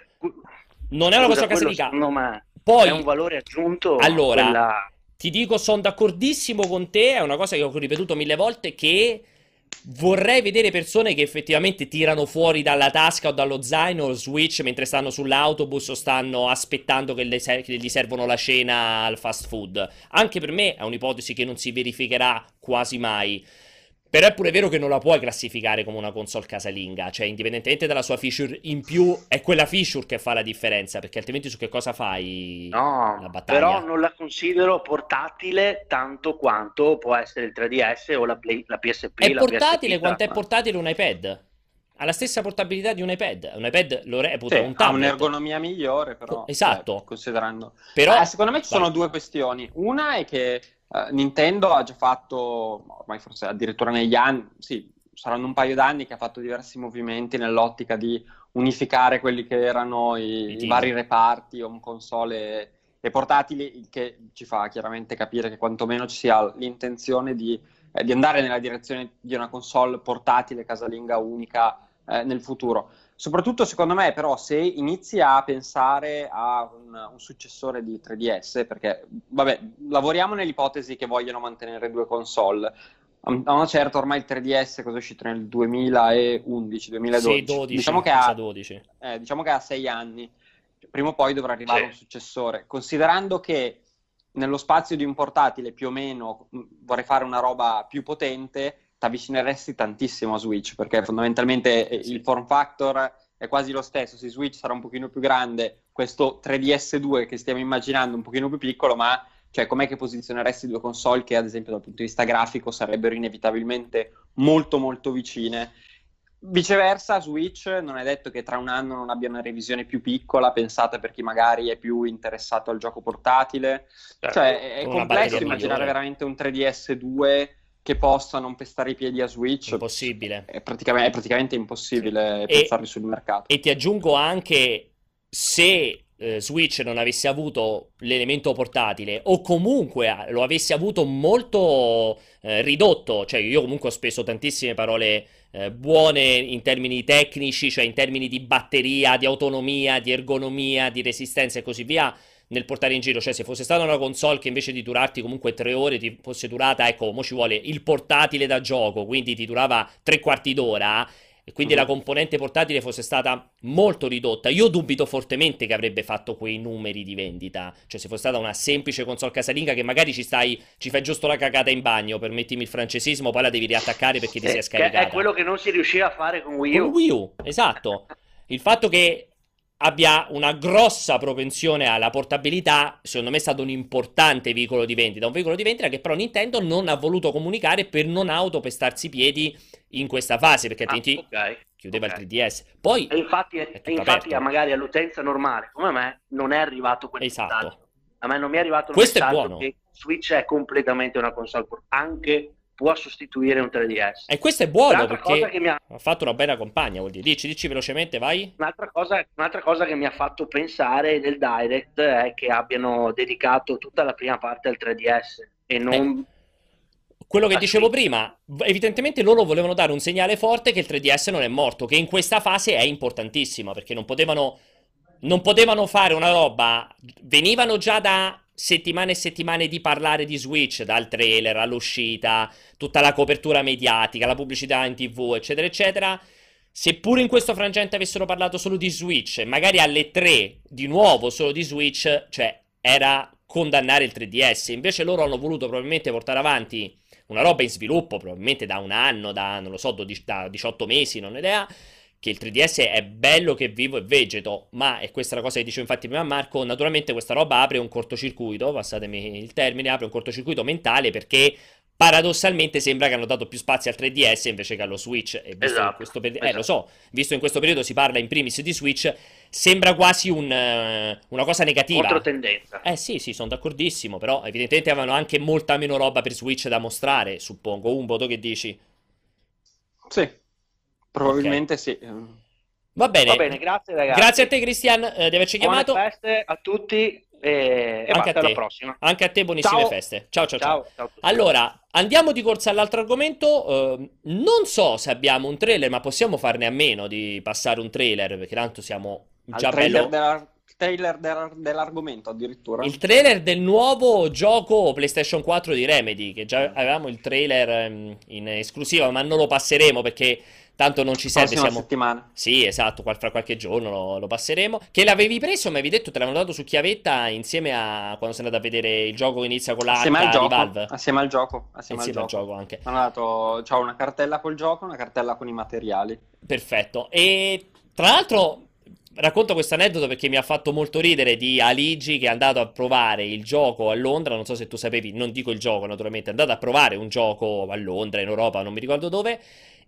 non è una scusa, console quello casalinga. secondo me Poi, è un valore aggiunto. allora, quella... ti dico, sono d'accordissimo con te, è una cosa che ho ripetuto mille volte, che vorrei vedere persone che effettivamente tirano fuori dalla tasca o dallo zaino il Switch mentre stanno sull'autobus o stanno aspettando che, le ser- che gli servono la cena al fast food. Anche per me è un'ipotesi che non si verificherà quasi mai. Però è pure vero che non la puoi classificare come una console casalinga, cioè indipendentemente dalla sua feature in più, è quella feature che fa la differenza, perché altrimenti su che cosa fai la No, battaglia? però non la considero portatile tanto quanto può essere il tre D S o la, Play- la P S P. È la portatile P S P, quanto è ma- portatile un iPad. Ha la stessa portabilità di un iPad. Un iPad lo reputa Sì, un ha tablet. un'ergonomia migliore, però, Co- esatto. cioè, considerando. Però, Eh, secondo me ci vai. sono due questioni. Una è che eh, Nintendo ha già fatto, ormai forse addirittura negli anni, sì, saranno un paio d'anni che ha fatto diversi movimenti nell'ottica di unificare quelli che erano i, I i team. vari reparti, home console e, e portatili, il che ci fa chiaramente capire che quantomeno ci sia l'intenzione di, eh, di andare nella direzione di una console portatile casalinga unica eh, nel futuro. Soprattutto secondo me però se inizi a pensare a un, un successore di tre D S, perché vabbè, lavoriamo nell'ipotesi che vogliono mantenere due console. A una certa ormai il tre D S cosa è uscito nel duemilaundici duemiladodici, Sì, dodici, diciamo che mi sa ha dodici. eh, diciamo che ha sei anni, prima o poi dovrà arrivare Sì. un successore, considerando che nello spazio di un portatile più o meno mh, vorrei fare una roba più potente, ti avvicineresti tantissimo a Switch, perché fondamentalmente eh, Sì. il form factor è quasi lo stesso. Se Switch sarà un pochino più grande, questo tre D S due che stiamo immaginando un pochino più piccolo, ma cioè com'è che posizioneresti due console che ad esempio dal punto di vista grafico sarebbero inevitabilmente molto molto vicine? Viceversa, Switch non è detto che tra un anno non abbia una revisione più piccola, pensata per chi magari è più interessato al gioco portatile. Cioè è, è Con una complesso batteria immaginare migliore. veramente un tre D S due che possa non pestare i piedi a Switch. Impossibile. È praticamente, è praticamente impossibile E- pensarli sul mercato. E ti aggiungo anche, se eh, Switch non avesse avuto l'elemento portatile o comunque ah, lo avesse avuto molto eh, ridotto, cioè io comunque ho speso tantissime parole eh, buone in termini tecnici, cioè in termini di batteria, di autonomia, di ergonomia, di resistenza e così via, nel portare in giro, cioè se fosse stata una console che invece di durarti comunque tre ore ti fosse durata, ecco, mo ci vuole il portatile da gioco, quindi ti durava tre quarti d'ora, e quindi Mhm. la componente portatile fosse stata molto ridotta. Io dubito fortemente che avrebbe fatto quei numeri di vendita, cioè se fosse stata una semplice console casalinga che magari ci stai, ci fai giusto la cagata in bagno, permettimi il francesismo, poi la devi riattaccare perché ti si è Eh, che è scaricata. quello che non si riusciva a fare con Wii Con U. Wii U, esatto. Il fatto che abbia una grossa propensione alla portabilità, secondo me è stato un importante veicolo di vendita, un veicolo di vendita che però Nintendo non ha voluto comunicare per non autopestarsi i piedi in questa fase, perché Ah, altrimenti ok, chiudeva ok. il tre D S. Poi E infatti, è e tutto infatti aperto. magari all'utenza normale come me non è arrivato quel Esatto. messaggio. A me non mi è arrivato il Questo è messaggio buono. che Switch è completamente una console port- anche può sostituire un tre D S. E questo è buono Un'altra cosa perché che mi ha ha fatto una bella compagna, vuol dire. Dici, dici velocemente, vai. Un'altra cosa, un'altra cosa che mi ha fatto pensare nel Direct è che abbiano dedicato tutta la prima parte al tre D S e non... Quello che Ah, dicevo sì. prima, evidentemente loro volevano dare un segnale forte che il tre D S non è morto, che in questa fase è importantissima, perché non potevano, non potevano fare una roba, venivano già da settimane e settimane di parlare di Switch, dal trailer all'uscita, tutta la copertura mediatica, la pubblicità in tivù, eccetera, eccetera. Seppure in questo frangente avessero parlato solo di Switch, magari alle tre di nuovo solo di Switch, cioè era condannare il tre D S. Invece loro hanno voluto probabilmente portare avanti una roba in sviluppo, probabilmente da un anno, da non lo so, dodici, da diciotto mesi, non ho idea, che il tre D S è bello che è vivo e vegeto, ma, e questa è la cosa che dicevo infatti prima a Marco, naturalmente questa roba apre un cortocircuito, passatemi il termine, apre un cortocircuito mentale perché paradossalmente sembra che hanno dato più spazio al tre D S invece che allo Switch, e visto che in Esatto, questo periodo, eh esatto. lo so, visto in questo periodo si parla in primis di Switch, sembra quasi un, eh, una cosa negativa. Controtendenza. Eh sì, sì, sono d'accordissimo, però evidentemente avevano anche molta meno roba per Switch da mostrare, suppongo. Umbo, tu che dici? Sì, probabilmente sì. Va bene. Va bene, grazie ragazzi. Grazie a te Cristian eh, di averci Buone chiamato. feste a tutti e, e Anche basta, a te. alla prossima. Anche a te buonissime Ciao. feste. Ciao ciao ciao. Ciao, ciao a tutti. Allora, andiamo di corsa all'altro argomento. eh, non so se abbiamo un trailer, ma possiamo farne a meno di passare un trailer, perché tanto siamo Al già trailer, bello... della- trailer della- dell'argomento addirittura. Il trailer del nuovo gioco PlayStation quattro di Remedy, che già avevamo il trailer ehm, in esclusiva, ma non lo passeremo perché tanto non ci serve. Prossima Siamo... settimana. Sì, esatto, qual- fra qualche giorno lo, lo passeremo. Che l'avevi preso, mi avevi detto, te l'avevano dato su chiavetta insieme a quando sei andato a vedere il gioco che inizia con la Assieme al H di gioco, Valve. assieme al gioco, assieme al Insieme al gioco. gioco anche. Mi hanno dato, c'ho una cartella col gioco, una cartella con i materiali. Perfetto. E tra l'altro racconto questo aneddoto perché mi ha fatto molto ridere di Aligi che è andato a provare il gioco a Londra, non so se tu sapevi, non dico il gioco naturalmente, è andato a provare un gioco a Londra, in Europa, non mi ricordo dove,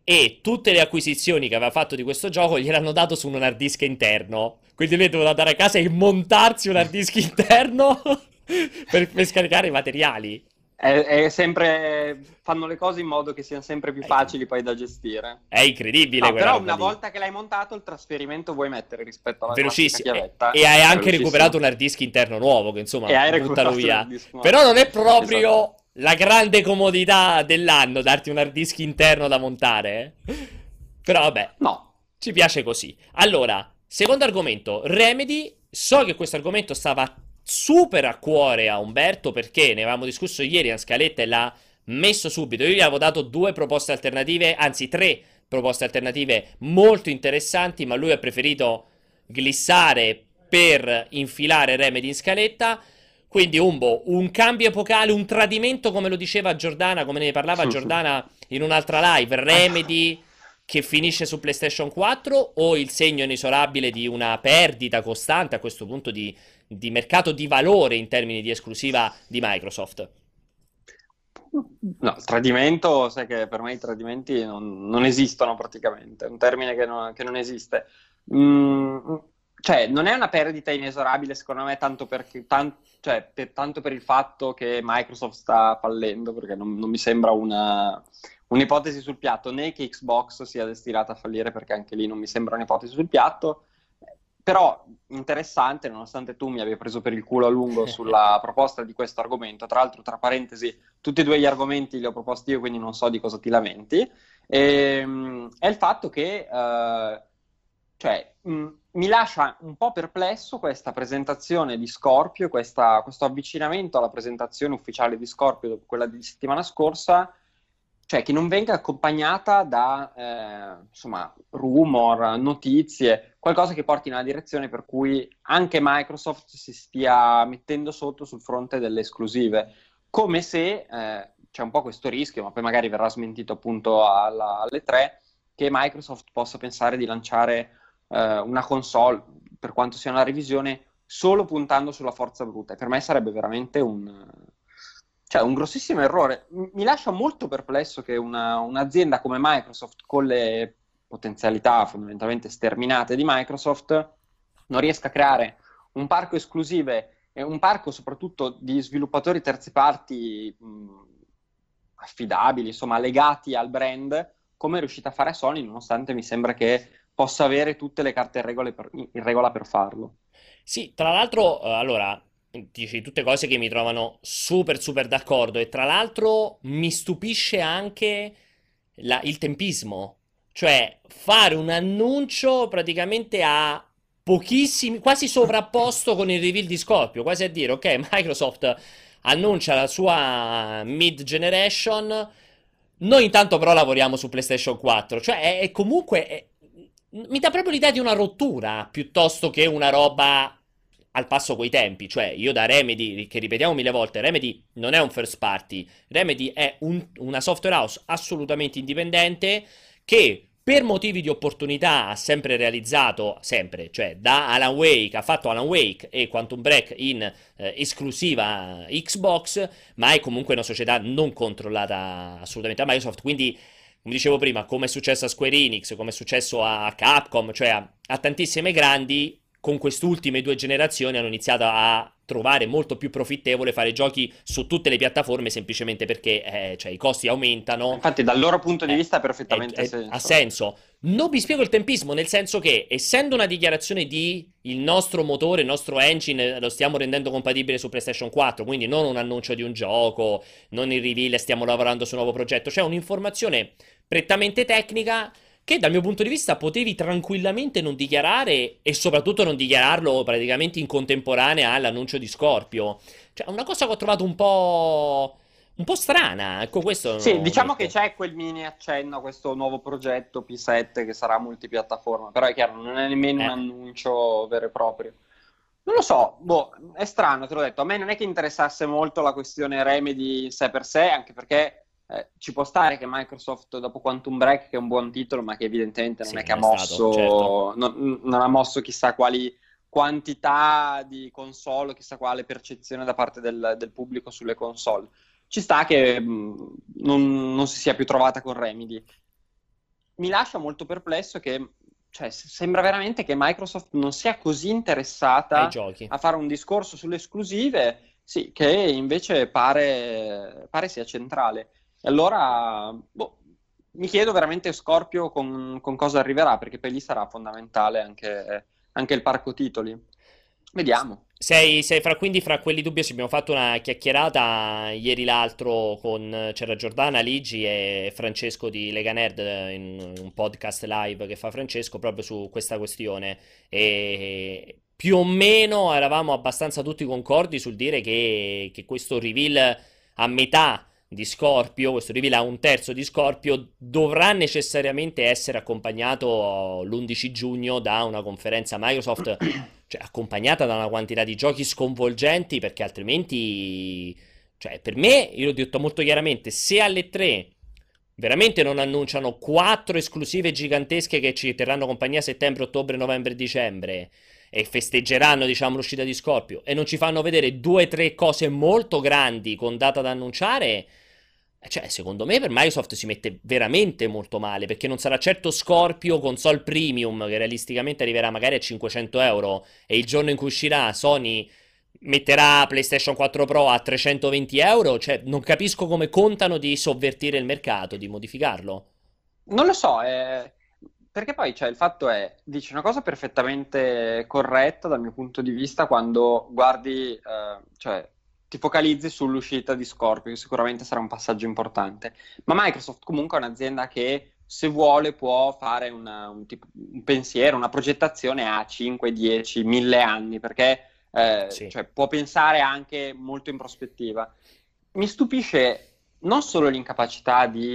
e tutte le acquisizioni che aveva fatto di questo gioco gliel'hanno dato su un hard disk interno. Quindi lui doveva andare a casa e montarsi un hard disk interno per, per scaricare i materiali. È, è sempre, fanno le cose in modo che siano sempre più Eh, facili poi da gestire. È incredibile No, quella però roba una lì. volta che l'hai montato il trasferimento vuoi mettere rispetto alla Velocissimo. classica E, chiavetta. e hai È anche velocissimo. recuperato un hard disk interno nuovo, che insomma, E hai buttalo recuperato via. il disco nuovo. Però non è proprio Esatto. la grande comodità dell'anno darti un hard disk interno da montare. eh. Però vabbè, No. ci piace così. Allora, secondo argomento, Remedy. So che questo argomento stava super a cuore a Umberto perché ne avevamo discusso ieri in scaletta e l'ha messo subito. Io gli avevo dato due proposte alternative, anzi tre proposte alternative molto interessanti, ma lui ha preferito glissare per infilare Remedy in scaletta. Quindi Umbo, un cambio epocale, un tradimento come lo diceva Giordana, come ne parlava Giordana in un'altra live, Remedy che finisce su PlayStation quattro o il segno inesorabile di una perdita costante a questo punto di, di mercato di valore in termini di esclusiva di Microsoft? No, il tradimento, sai che per me i tradimenti non, non esistono praticamente, è un termine che non, che non esiste. Mm, cioè, non è una perdita inesorabile, secondo me, tanto, perché, tan- cioè, per, tanto per il fatto che Microsoft sta fallendo, perché non, non mi sembra una, un'ipotesi sul piatto, né che Xbox sia destinata a fallire, perché anche lì non mi sembra un'ipotesi sul piatto. Però interessante, nonostante tu mi abbia preso per il culo a lungo sulla proposta di questo argomento. Tra l'altro, tra parentesi, tutti e due gli argomenti li ho proposti io, quindi non so di cosa ti lamenti. Ehm, è il fatto che eh, cioè, mh, mi lascia un po' perplesso questa presentazione di Scorpio, questa- questo avvicinamento alla presentazione ufficiale di Scorpio, dopo quella di settimana scorsa, cioè che non venga accompagnata da eh, insomma, rumor, notizie, qualcosa che porti nella direzione per cui anche Microsoft si stia mettendo sotto sul fronte delle esclusive, come se eh, c'è un po' questo rischio, ma poi magari verrà smentito appunto alla, alle tre, che Microsoft possa pensare di lanciare eh, una console, per quanto sia una revisione, solo puntando sulla forza bruta. E per me sarebbe veramente un, cioè, un grossissimo errore. M- mi lascia molto perplesso che una- un'azienda come Microsoft, con le potenzialità fondamentalmente sterminate di Microsoft, non riesca a creare un parco esclusive e un parco soprattutto di sviluppatori terze parti mh, affidabili, insomma, legati al brand, come è riuscita a fare Sony, nonostante mi sembra che possa avere tutte le carte in, regole per- in regola per farlo. Sì, tra l'altro, eh, allora, dici tutte cose che mi trovano super super d'accordo e tra l'altro mi stupisce anche la- il tempismo, cioè fare un annuncio praticamente a pochissimi, quasi sovrapposto con il reveal di Scorpio, quasi a dire, ok, Microsoft annuncia la sua mid generation, noi intanto però lavoriamo su PlayStation quattro, cioè è, è comunque è- mi dà proprio l'idea di una rottura piuttosto che una roba al passo coi tempi, cioè io da Remedy, che ripetiamo mille volte, Remedy non è un first party, Remedy è un- una software house assolutamente indipendente che per motivi di opportunità ha sempre realizzato, sempre, cioè da Alan Wake, ha fatto Alan Wake e Quantum Break in eh, esclusiva Xbox, ma è comunque una società non controllata assolutamente da Microsoft, quindi come dicevo prima, come è successo a Square Enix, come è successo a Capcom, cioè a, a tantissime grandi, con queste ultime due generazioni hanno iniziato a trovare molto più profittevole fare giochi su tutte le piattaforme semplicemente perché eh, cioè, i costi aumentano. Infatti, dal loro punto di Eh, vista ha è- perfettamente è- senso. ha senso. Non vi spiego il tempismo, nel senso che, essendo una dichiarazione di il nostro motore, il nostro engine, eh, lo stiamo rendendo compatibile su PlayStation quattro, quindi non un annuncio di un gioco, non il reveal, stiamo lavorando su un nuovo progetto, c'è un'informazione prettamente tecnica che dal mio punto di vista potevi tranquillamente non dichiarare e soprattutto non dichiararlo praticamente in contemporanea all'annuncio di Scorpio. Cioè, una cosa che ho trovato un po'... un po' strana, ecco questo Sì, ho diciamo che detto. c'è quel mini accenno a questo nuovo progetto P sette che sarà multipiattaforma, però è chiaro, non è nemmeno un Eh, annuncio vero e proprio. Non lo so, boh, è strano, te l'ho detto, a me non è che interessasse molto la questione Remedy in sé per sé, anche perché eh, ci può stare che Microsoft dopo Quantum Break, che è un buon titolo, ma che evidentemente non sì, è che ha non è stato, certo. mosso, non, non ha mosso chissà quali quantità di console, chissà quale percezione da parte del, del pubblico sulle console. Ci sta che mh, non, non si sia più trovata con Remedy. Mi lascia molto perplesso che, cioè, s- sembra veramente che Microsoft non sia così Ai interessata giochi. a fare un discorso sulle esclusive, sì, che invece pare, pare sia centrale. E allora, boh, mi chiedo veramente Scorpio con, con cosa arriverà, perché per lì sarà fondamentale anche, anche il parco titoli. Vediamo. Sei, sei fra, quindi fra quelli dubbi ci abbiamo fatto una chiacchierata ieri l'altro con c'era Giordana Ligi e Francesco di Lega Nerd eh, in un podcast live che fa Francesco proprio su questa questione e più o meno eravamo abbastanza tutti concordi sul dire che, che questo reveal a metà di Scorpio, questo reveal a un terzo di Scorpio dovrà necessariamente essere accompagnato l'undici giugno da una conferenza Microsoft, cioè accompagnata da una quantità di giochi sconvolgenti, perché altrimenti, cioè per me, io l'ho detto molto chiaramente, se alle tre veramente non annunciano quattro esclusive gigantesche che ci terranno compagnia settembre, ottobre, novembre e dicembre e festeggeranno, diciamo, l'uscita di Scorpio e non ci fanno vedere due o tre cose molto grandi con data da annunciare, cioè, secondo me per Microsoft si mette veramente molto male, perché non sarà certo Scorpio console premium, che realisticamente arriverà magari a cinquecento euro, e il giorno in cui uscirà Sony metterà PlayStation quattro Pro a trecentoventi euro, cioè non capisco come contano di sovvertire il mercato, di modificarlo. Non lo so, eh, perché poi cioè, il fatto è, dici una cosa perfettamente corretta dal mio punto di vista quando guardi, eh, cioè ti focalizzi sull'uscita di Scorpio, che sicuramente sarà un passaggio importante, ma Microsoft comunque è un'azienda che se vuole può fare una- un, tipo- un pensiero, una progettazione a cinque, dieci, mille anni, perché eh, Sì. cioè, può pensare anche molto in prospettiva. Mi stupisce non solo l'incapacità di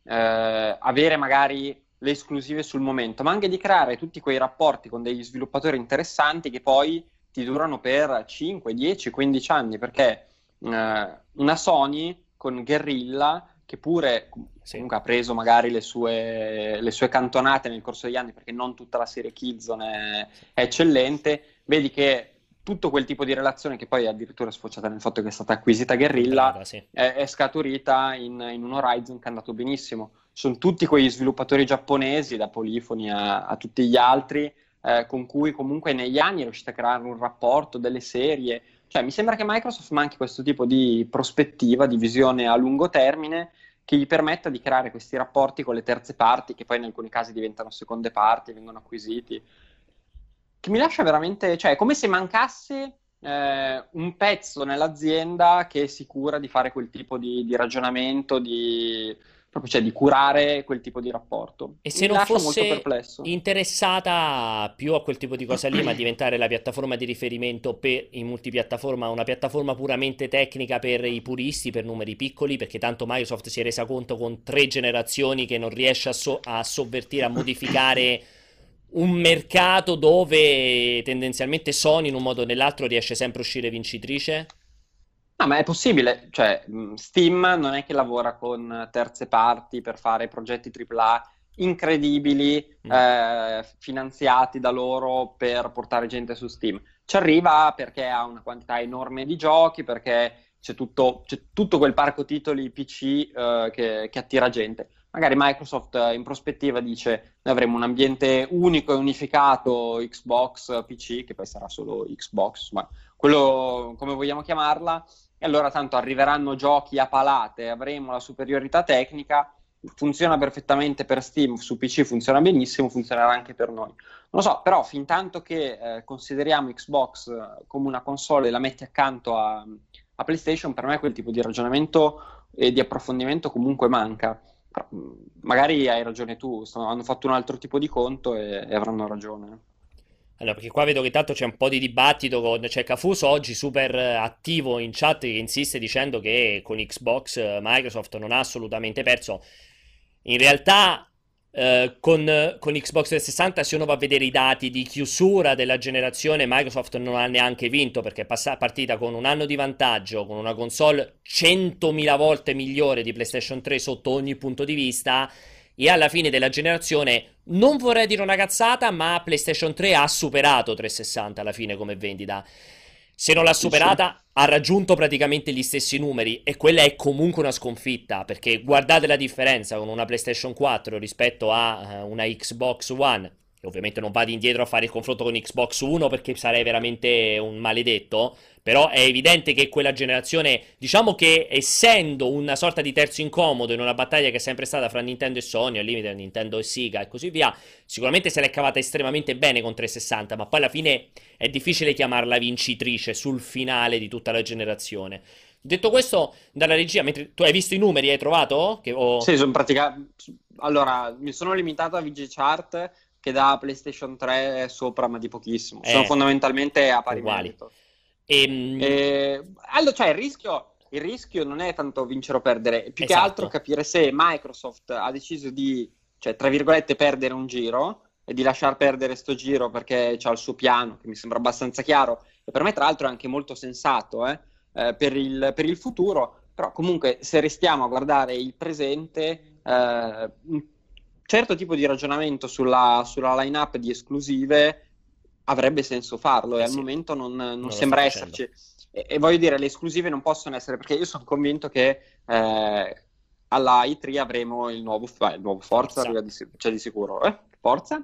eh, avere magari le esclusive sul momento, ma anche di creare tutti quei rapporti con degli sviluppatori interessanti che poi ti durano per cinque, dieci, quindici anni, perché eh, una Sony con Guerrilla, che pure Sì. comunque ha preso magari le sue, le sue cantonate nel corso degli anni, perché non tutta la serie Killzone è, è eccellente, vedi che tutto quel tipo di relazione, che poi addirittura è sfociata nel fatto che è stata acquisita Guerrilla, Brava, sì. è, è scaturita in, in un Horizon che è andato benissimo. Sono tutti quegli sviluppatori giapponesi, da Polyphony a, a tutti gli altri, eh, con cui comunque negli anni è riuscita a creare un rapporto, delle serie. Cioè, mi sembra che Microsoft manchi questo tipo di prospettiva, di visione a lungo termine, che gli permetta di creare questi rapporti con le terze parti, che poi in alcuni casi diventano seconde parti, vengono acquisiti. Che mi lascia veramente, cioè, è come se mancasse eh, un pezzo nell'azienda che si cura di fare quel tipo di, di ragionamento, di, proprio, cioè, di curare quel tipo di rapporto. E se Mi non lascia molto fosse perplesso. interessata più a quel tipo di cosa lì, ma diventare la piattaforma di riferimento per in multipiattaforma, una piattaforma puramente tecnica per i puristi, per numeri piccoli, perché tanto Microsoft si è resa conto con tre generazioni che non riesce a, so- a sovvertire, a modificare un mercato dove tendenzialmente Sony in un modo o nell'altro riesce sempre a uscire vincitrice? Ah, ma è possibile, cioè mh, Steam non è che lavora con terze parti per fare progetti tripla A incredibili, Mm. eh, finanziati da loro per portare gente su Steam. Ci arriva perché ha una quantità enorme di giochi, perché c'è tutto, c'è tutto quel parco titoli P C eh, che, che attira gente. Magari Microsoft eh, in prospettiva dice: noi avremo un ambiente unico e unificato Xbox P C, che poi sarà solo Xbox, ma quello come vogliamo chiamarla, e allora tanto arriveranno giochi a palate, avremo la superiorità tecnica, funziona perfettamente per Steam, su P C funziona benissimo, funzionerà anche per noi. Non lo so, però fin tanto che eh, consideriamo Xbox eh, come una console e la metti accanto a, a PlayStation, per me quel tipo di ragionamento e di approfondimento comunque manca. Però, mh, magari hai ragione tu, stanno- hanno fatto un altro tipo di conto e, e avranno ragione. Allora, perché qua vedo che tanto c'è un po' di dibattito con, c'è Cafuso oggi super eh, attivo in chat che insiste dicendo che con Xbox eh, Microsoft non ha assolutamente perso. In realtà eh, con, con Xbox trecentosessanta, se uno va a vedere i dati di chiusura della generazione, Microsoft non ha neanche vinto, perché è passa- partita con un anno di vantaggio, con una console centomila volte migliore di PlayStation tre sotto ogni punto di vista. E alla fine della generazione, non vorrei dire una cazzata, ma PlayStation tre ha superato trecentosessanta alla fine come vendita. Se non l'ha Sì, sì. superata, ha raggiunto praticamente gli stessi numeri, e quella è comunque una sconfitta, perché guardate la differenza con una PlayStation quattro rispetto a eh, una Xbox One. E ovviamente non vado indietro a fare il confronto con Xbox One perché sarei veramente un maledetto. Però è evidente che quella generazione, diciamo che essendo una sorta di terzo incomodo in una battaglia che è sempre stata fra Nintendo e Sony, al limite Nintendo e Sega e così via, sicuramente se l'è cavata estremamente bene con trecentosessanta, ma poi alla fine è difficile chiamarla vincitrice sul finale di tutta la generazione. Detto questo, dalla regia, mentre tu hai visto i numeri, hai trovato? Che, o... Sì, sono pratica... Allora, mi sono limitato a V G Chart, che da PlayStation tre sopra, ma di pochissimo. Sono Eh, fondamentalmente a pari uguali. merito. Ehm, E, allora, cioè, il rischio, il rischio non è tanto vincere o perdere, è più che Esatto. altro capire se Microsoft ha deciso di, cioè, tra virgolette, perdere un giro e di lasciar perdere sto giro perché c'ha il suo piano, che mi sembra abbastanza chiaro, e per me tra l'altro è anche molto sensato, eh, eh, per il, per il futuro. Però comunque se restiamo a guardare il presente, eh, un certo tipo di ragionamento sulla, sulla line-up di esclusive avrebbe senso farlo, Eh e al sì. momento non, non lo sembra sta facendo. esserci. E, e voglio dire, le esclusive non possono essere, perché io sono convinto che eh, alla E tre avremo il nuovo, il nuovo Forza, Forza. arriva di, si- c'è di sicuro, eh? Forza,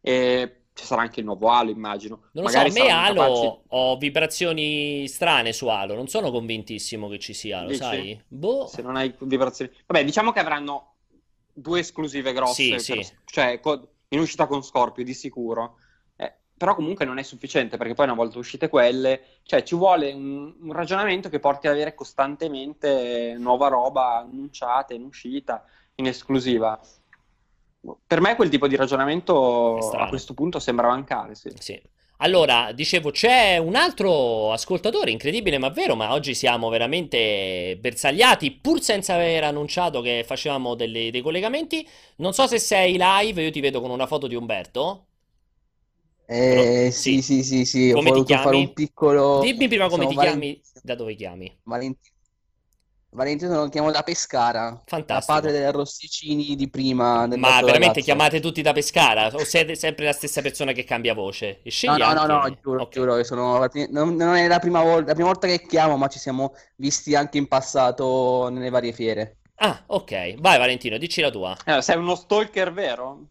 e ci sarà anche il nuovo Halo, immagino. Non lo Magari so, a me saranno Halo capaci- ho vibrazioni strane su Halo, non sono convintissimo che ci sia, lo Dici? sai? Boh. Se non hai vibrazioni. Vabbè, diciamo che avranno due esclusive grosse, Sì, per- sì. cioè co- in uscita con Scorpio di sicuro. Eh, però comunque non è sufficiente, perché poi una volta uscite quelle, cioè ci vuole un, un ragionamento che porti ad avere costantemente nuova roba annunciata, in uscita, in esclusiva. Per me quel tipo di È ragionamento strano. a questo punto sembra mancare, sì. Sì. Allora, dicevo, c'è un altro ascoltatore, incredibile ma vero, ma oggi siamo veramente bersagliati, pur senza aver annunciato che facevamo delle- dei collegamenti. Non so se sei live, io ti vedo con una foto di Umberto. Però, Eh, sì, sì. sì, sì, sì, ho Come ti voluto fare un chiami? piccolo... Dimmi prima come Sono ti chiami, Valentino, da dove chiami. Valentino, Valentino lo chiamo da Pescara, la Fantastico. patria degli arrosticini di prima Ma dell'Alto veramente Ragazzo. chiamate tutti da Pescara? O siete sempre la stessa persona che cambia voce? E No, scegli no, no, no, anche... giuro, Ok. giuro, che sono la pri- non, non è la prima volta, la prima volta che chiamo, ma ci siamo visti anche in passato nelle varie fiere. Ah, ok. Vai Valentino, dici la tua. Eh, sei uno stalker vero?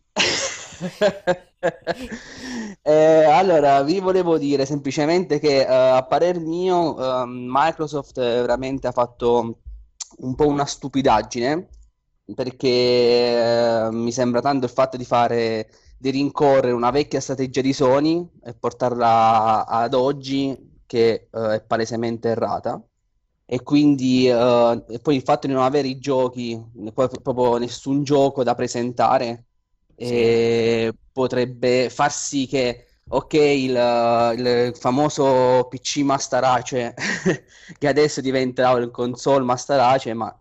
Eh, allora, vi volevo dire semplicemente che eh, a parer mio ehm, Microsoft eh, veramente ha fatto un po' una stupidaggine perché eh, mi sembra tanto il fatto di fare di rincorrere una vecchia strategia di Sony e portarla ad oggi che eh, è palesemente errata. E quindi eh, e poi il fatto di non avere i giochi, poi proprio nessun gioco da presentare, Sì, eh, potrebbe far sì che, ok, il, il famoso P C Master Race, che adesso diventerà un console Master Race, ma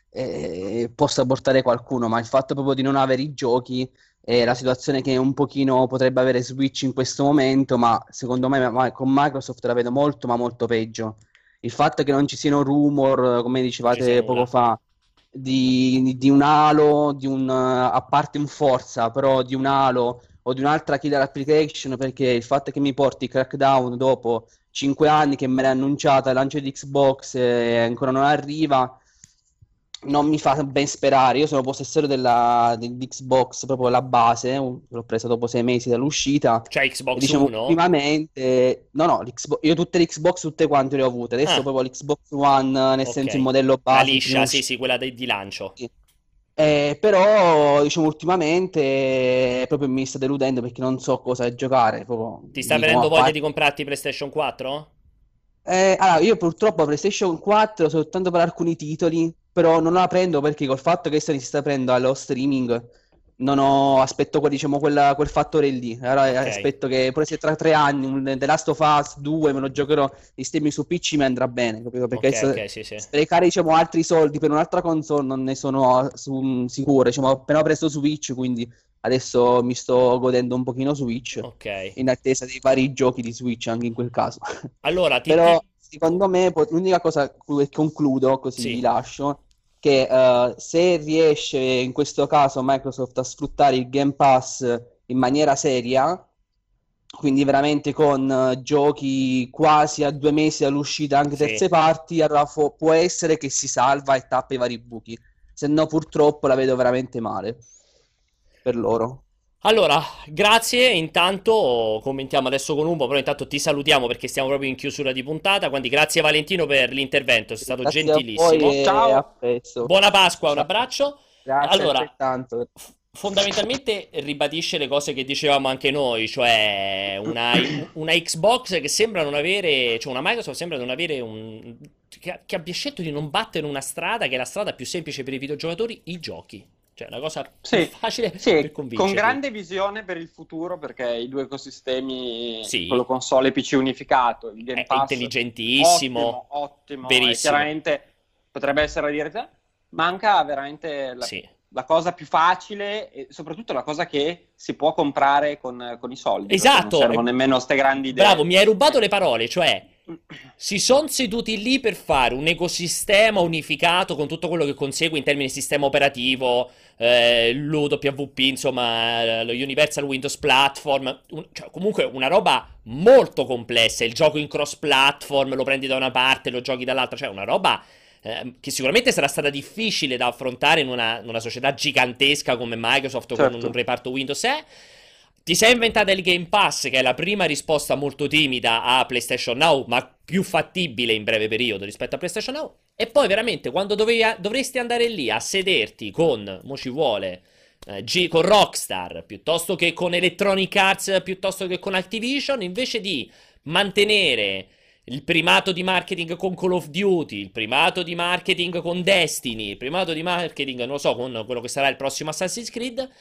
eh, possa portare qualcuno, ma il fatto proprio di non avere i giochi è la situazione che un pochino potrebbe avere Switch in questo momento, ma secondo me ma- con Microsoft la vedo molto, ma molto peggio. Il fatto che non ci siano rumor, come non ci sia dicevate poco nulla. fa, di, di un Halo, di un, eh, a parte un Forza, però di un Halo o di un'altra killer application, perché il fatto che mi porti Crackdown dopo cinque anni che me l'hai annunciata, il lancio di Xbox e ancora non arriva, non mi fa ben sperare. Io sono possessore della, dell'Xbox, proprio la base, un- l'ho presa dopo sei mesi dall'uscita. Cioè E Xbox diciamo, uno? ultimamente, no, no, l'Xbox- io tutte le Xbox, tutte quante le ho avute. Adesso Ah, proprio l'Xbox One, nel senso il ok. modello La base, il primo liscia, sì, uscito. sì, quella de- di lancio. Eh, però, diciamo, ultimamente eh, proprio mi sta deludendo perché non so cosa giocare. Proprio, Ti sta dico, venendo a voglia di parte. comprarti PlayStation quattro? Eh, allora, io purtroppo ho PlayStation quattro soltanto per alcuni titoli, però non la prendo perché col fatto che Sony si sta prendendo allo streaming, non ho, aspetto quel, diciamo, quella- quel fattore lì. Allora, eh, Ok, aspetto che pure se tra tre anni un The Last of Us due me lo giocherò di streaming su P C mi andrà bene, capito? Perché ok, adesso ok, sì, sì. sprecare, diciamo, altri soldi per un'altra console non ne sono su- sicuro. Diciamo, ho appena preso Switch, quindi adesso mi sto godendo un pochino Switch Ok. in attesa dei vari giochi di Switch anche in quel caso. Allora, ti, Però ti- secondo me po- l'unica cosa cu- concludo, così vi Sì, lascio, che eh, se riesce in questo caso Microsoft a sfruttare il Game Pass in maniera seria, quindi veramente con eh, giochi quasi a due mesi dall'uscita anche sì. terze parti, allora fo- può essere che si salva e tappa i vari buchi. Se no, purtroppo la vedo veramente male per loro. Allora, grazie. Intanto commentiamo adesso con Umbo, però intanto ti salutiamo perché stiamo proprio in chiusura di puntata. Quindi grazie Valentino per l'intervento, sei stato Grazie a voi gentilissimo. e a Ciao! presto. Buona Pasqua, un Ciao. abbraccio. Grazie Allora, altrettanto. f- fondamentalmente ribadisce le cose che dicevamo anche noi, cioè una, una Xbox che sembra non avere, cioè una Microsoft sembra non avere un... che, che abbia scelto di non battere una strada che è la strada più semplice per i videogiocatori, i giochi. Cioè, una cosa più Sì, facile per sì, con convincerli. grande visione per il futuro perché i due ecosistemi, quello Sì, console e P C unificato, il Game è Pass, intelligentissimo, ottimo, ottimo, e verissimo. chiaramente potrebbe essere la direzione, manca veramente la, Sì. la cosa più facile e soprattutto la cosa che si può comprare con, con i soldi, perché non Esatto, servono eh, nemmeno ste grandi bravo, idee. mi hai rubato le parole, cioè si sono seduti lì per fare un ecosistema unificato con tutto quello che consegue in termini di sistema operativo, eh, l'U W P, insomma, lo Universal Windows Platform, un- cioè comunque una roba molto complessa, il gioco in cross-platform, lo prendi da una parte, lo giochi dall'altra, cioè una roba eh, che sicuramente sarà stata difficile da affrontare in una, in una società gigantesca come Microsoft con un, un Certo. reparto Windows. Eh? Ti sei inventata il Game Pass, che è la prima risposta molto timida a PlayStation Now, ma più fattibile in breve periodo rispetto a PlayStation Now. E poi veramente, quando dovevi- dovresti andare lì a sederti con, mo ci vuole, eh, G- con Rockstar, piuttosto che con Electronic Arts, piuttosto che con Activision, invece di mantenere il primato di marketing con Call of Duty, il primato di marketing con Destiny, il primato di marketing, non lo so, con quello che sarà il prossimo Assassin's Creed,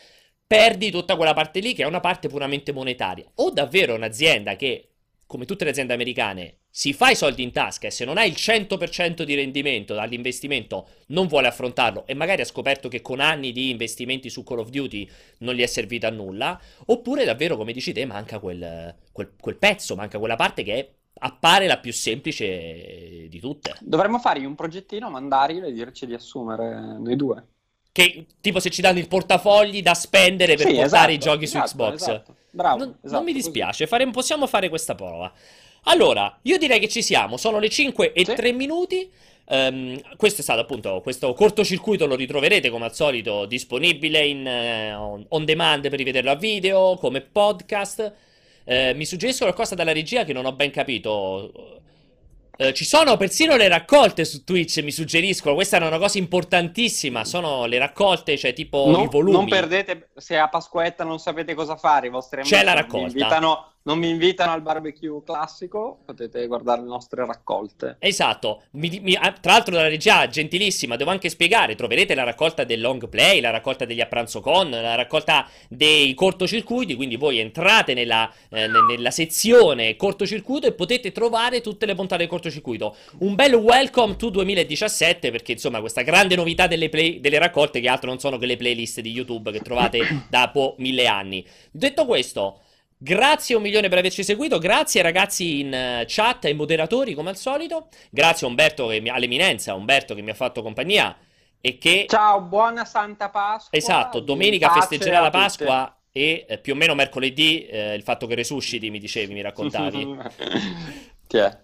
perdi tutta quella parte lì che è una parte puramente monetaria. O davvero un'azienda che, come tutte le aziende americane, si fa i soldi in tasca e se non ha il cento per cento di rendimento dall'investimento non vuole affrontarlo e magari ha scoperto che con anni di investimenti su Call of Duty non gli è servito a nulla, oppure davvero, come dici te, manca quel, quel, quel pezzo, manca quella parte che è, appare la più semplice di tutte. Dovremmo fargli un progettino, mandarglielo e dirci di assumere noi due. Che tipo se ci danno il portafogli da spendere per Sì, portare esatto, i giochi esatto, su Xbox. esatto. Bravo, non, esatto, non mi così. dispiace, faremo, possiamo fare questa prova. Allora, io direi che ci siamo, sono le cinque e Sì. tre minuti. Um, questo è stato appunto, questo cortocircuito lo ritroverete come al solito disponibile in eh, on, on demand per rivederlo a video, come podcast. Eh, mi suggerisco qualcosa dalla regia che non ho ben capito. Eh, ci sono persino le raccolte su Twitch, mi suggeriscono. Questa è una cosa importantissima. Sono le raccolte, cioè tipo Non, i volumi. non perdete, se a Pasquetta non sapete cosa fare, i vostri amici C'è la non raccolta. vi invitano, non mi invitano al barbecue classico, potete guardare le nostre raccolte. Esatto, mi- mi- ah, tra l'altro la regia gentilissima, devo anche spiegare, troverete la raccolta del long play, la raccolta degli a pranzo con, la raccolta dei cortocircuiti, quindi voi entrate nella, eh, ne- nella sezione cortocircuito e potete trovare tutte le puntate del cortocircuito. Un bel welcome to duemiladiciassette, perché insomma questa grande novità delle, play- delle raccolte che altro non sono che le playlist di YouTube che trovate da po' mille anni. Detto questo, grazie un milione per averci seguito, grazie ragazzi in eh, chat e moderatori come al solito, grazie a Umberto che mi, all'eminenza Umberto che mi ha fatto compagnia e che, Ciao, buona Santa Pasqua. esatto, di domenica pace festeggerà a la tutti. Pasqua e eh, più o meno mercoledì eh, il fatto che resusciti, mi dicevi, mi raccontavi. Chi è?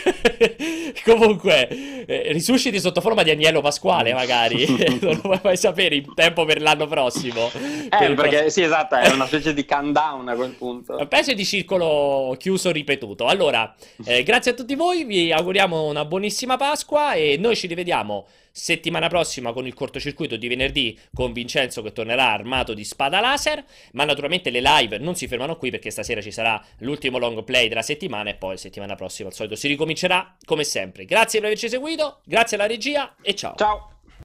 Comunque, eh, risusciti sotto forma di agnello pasquale, magari. Non lo puoi mai sapere in tempo per l'anno prossimo. Per Eh, il perché prossimo- sì, esatto, è una specie di countdown a quel punto. Una specie di circolo chiuso ripetuto. Allora, eh, grazie a tutti voi, vi auguriamo una buonissima Pasqua e noi ci rivediamo settimana prossima con il cortocircuito di venerdì con Vincenzo che tornerà armato di spada laser, ma naturalmente le live non si fermano qui perché stasera ci sarà l'ultimo long play della settimana e poi settimana prossima al solito si ricomincerà come sempre. Grazie per averci seguito, grazie alla regia e ciao. Ciao.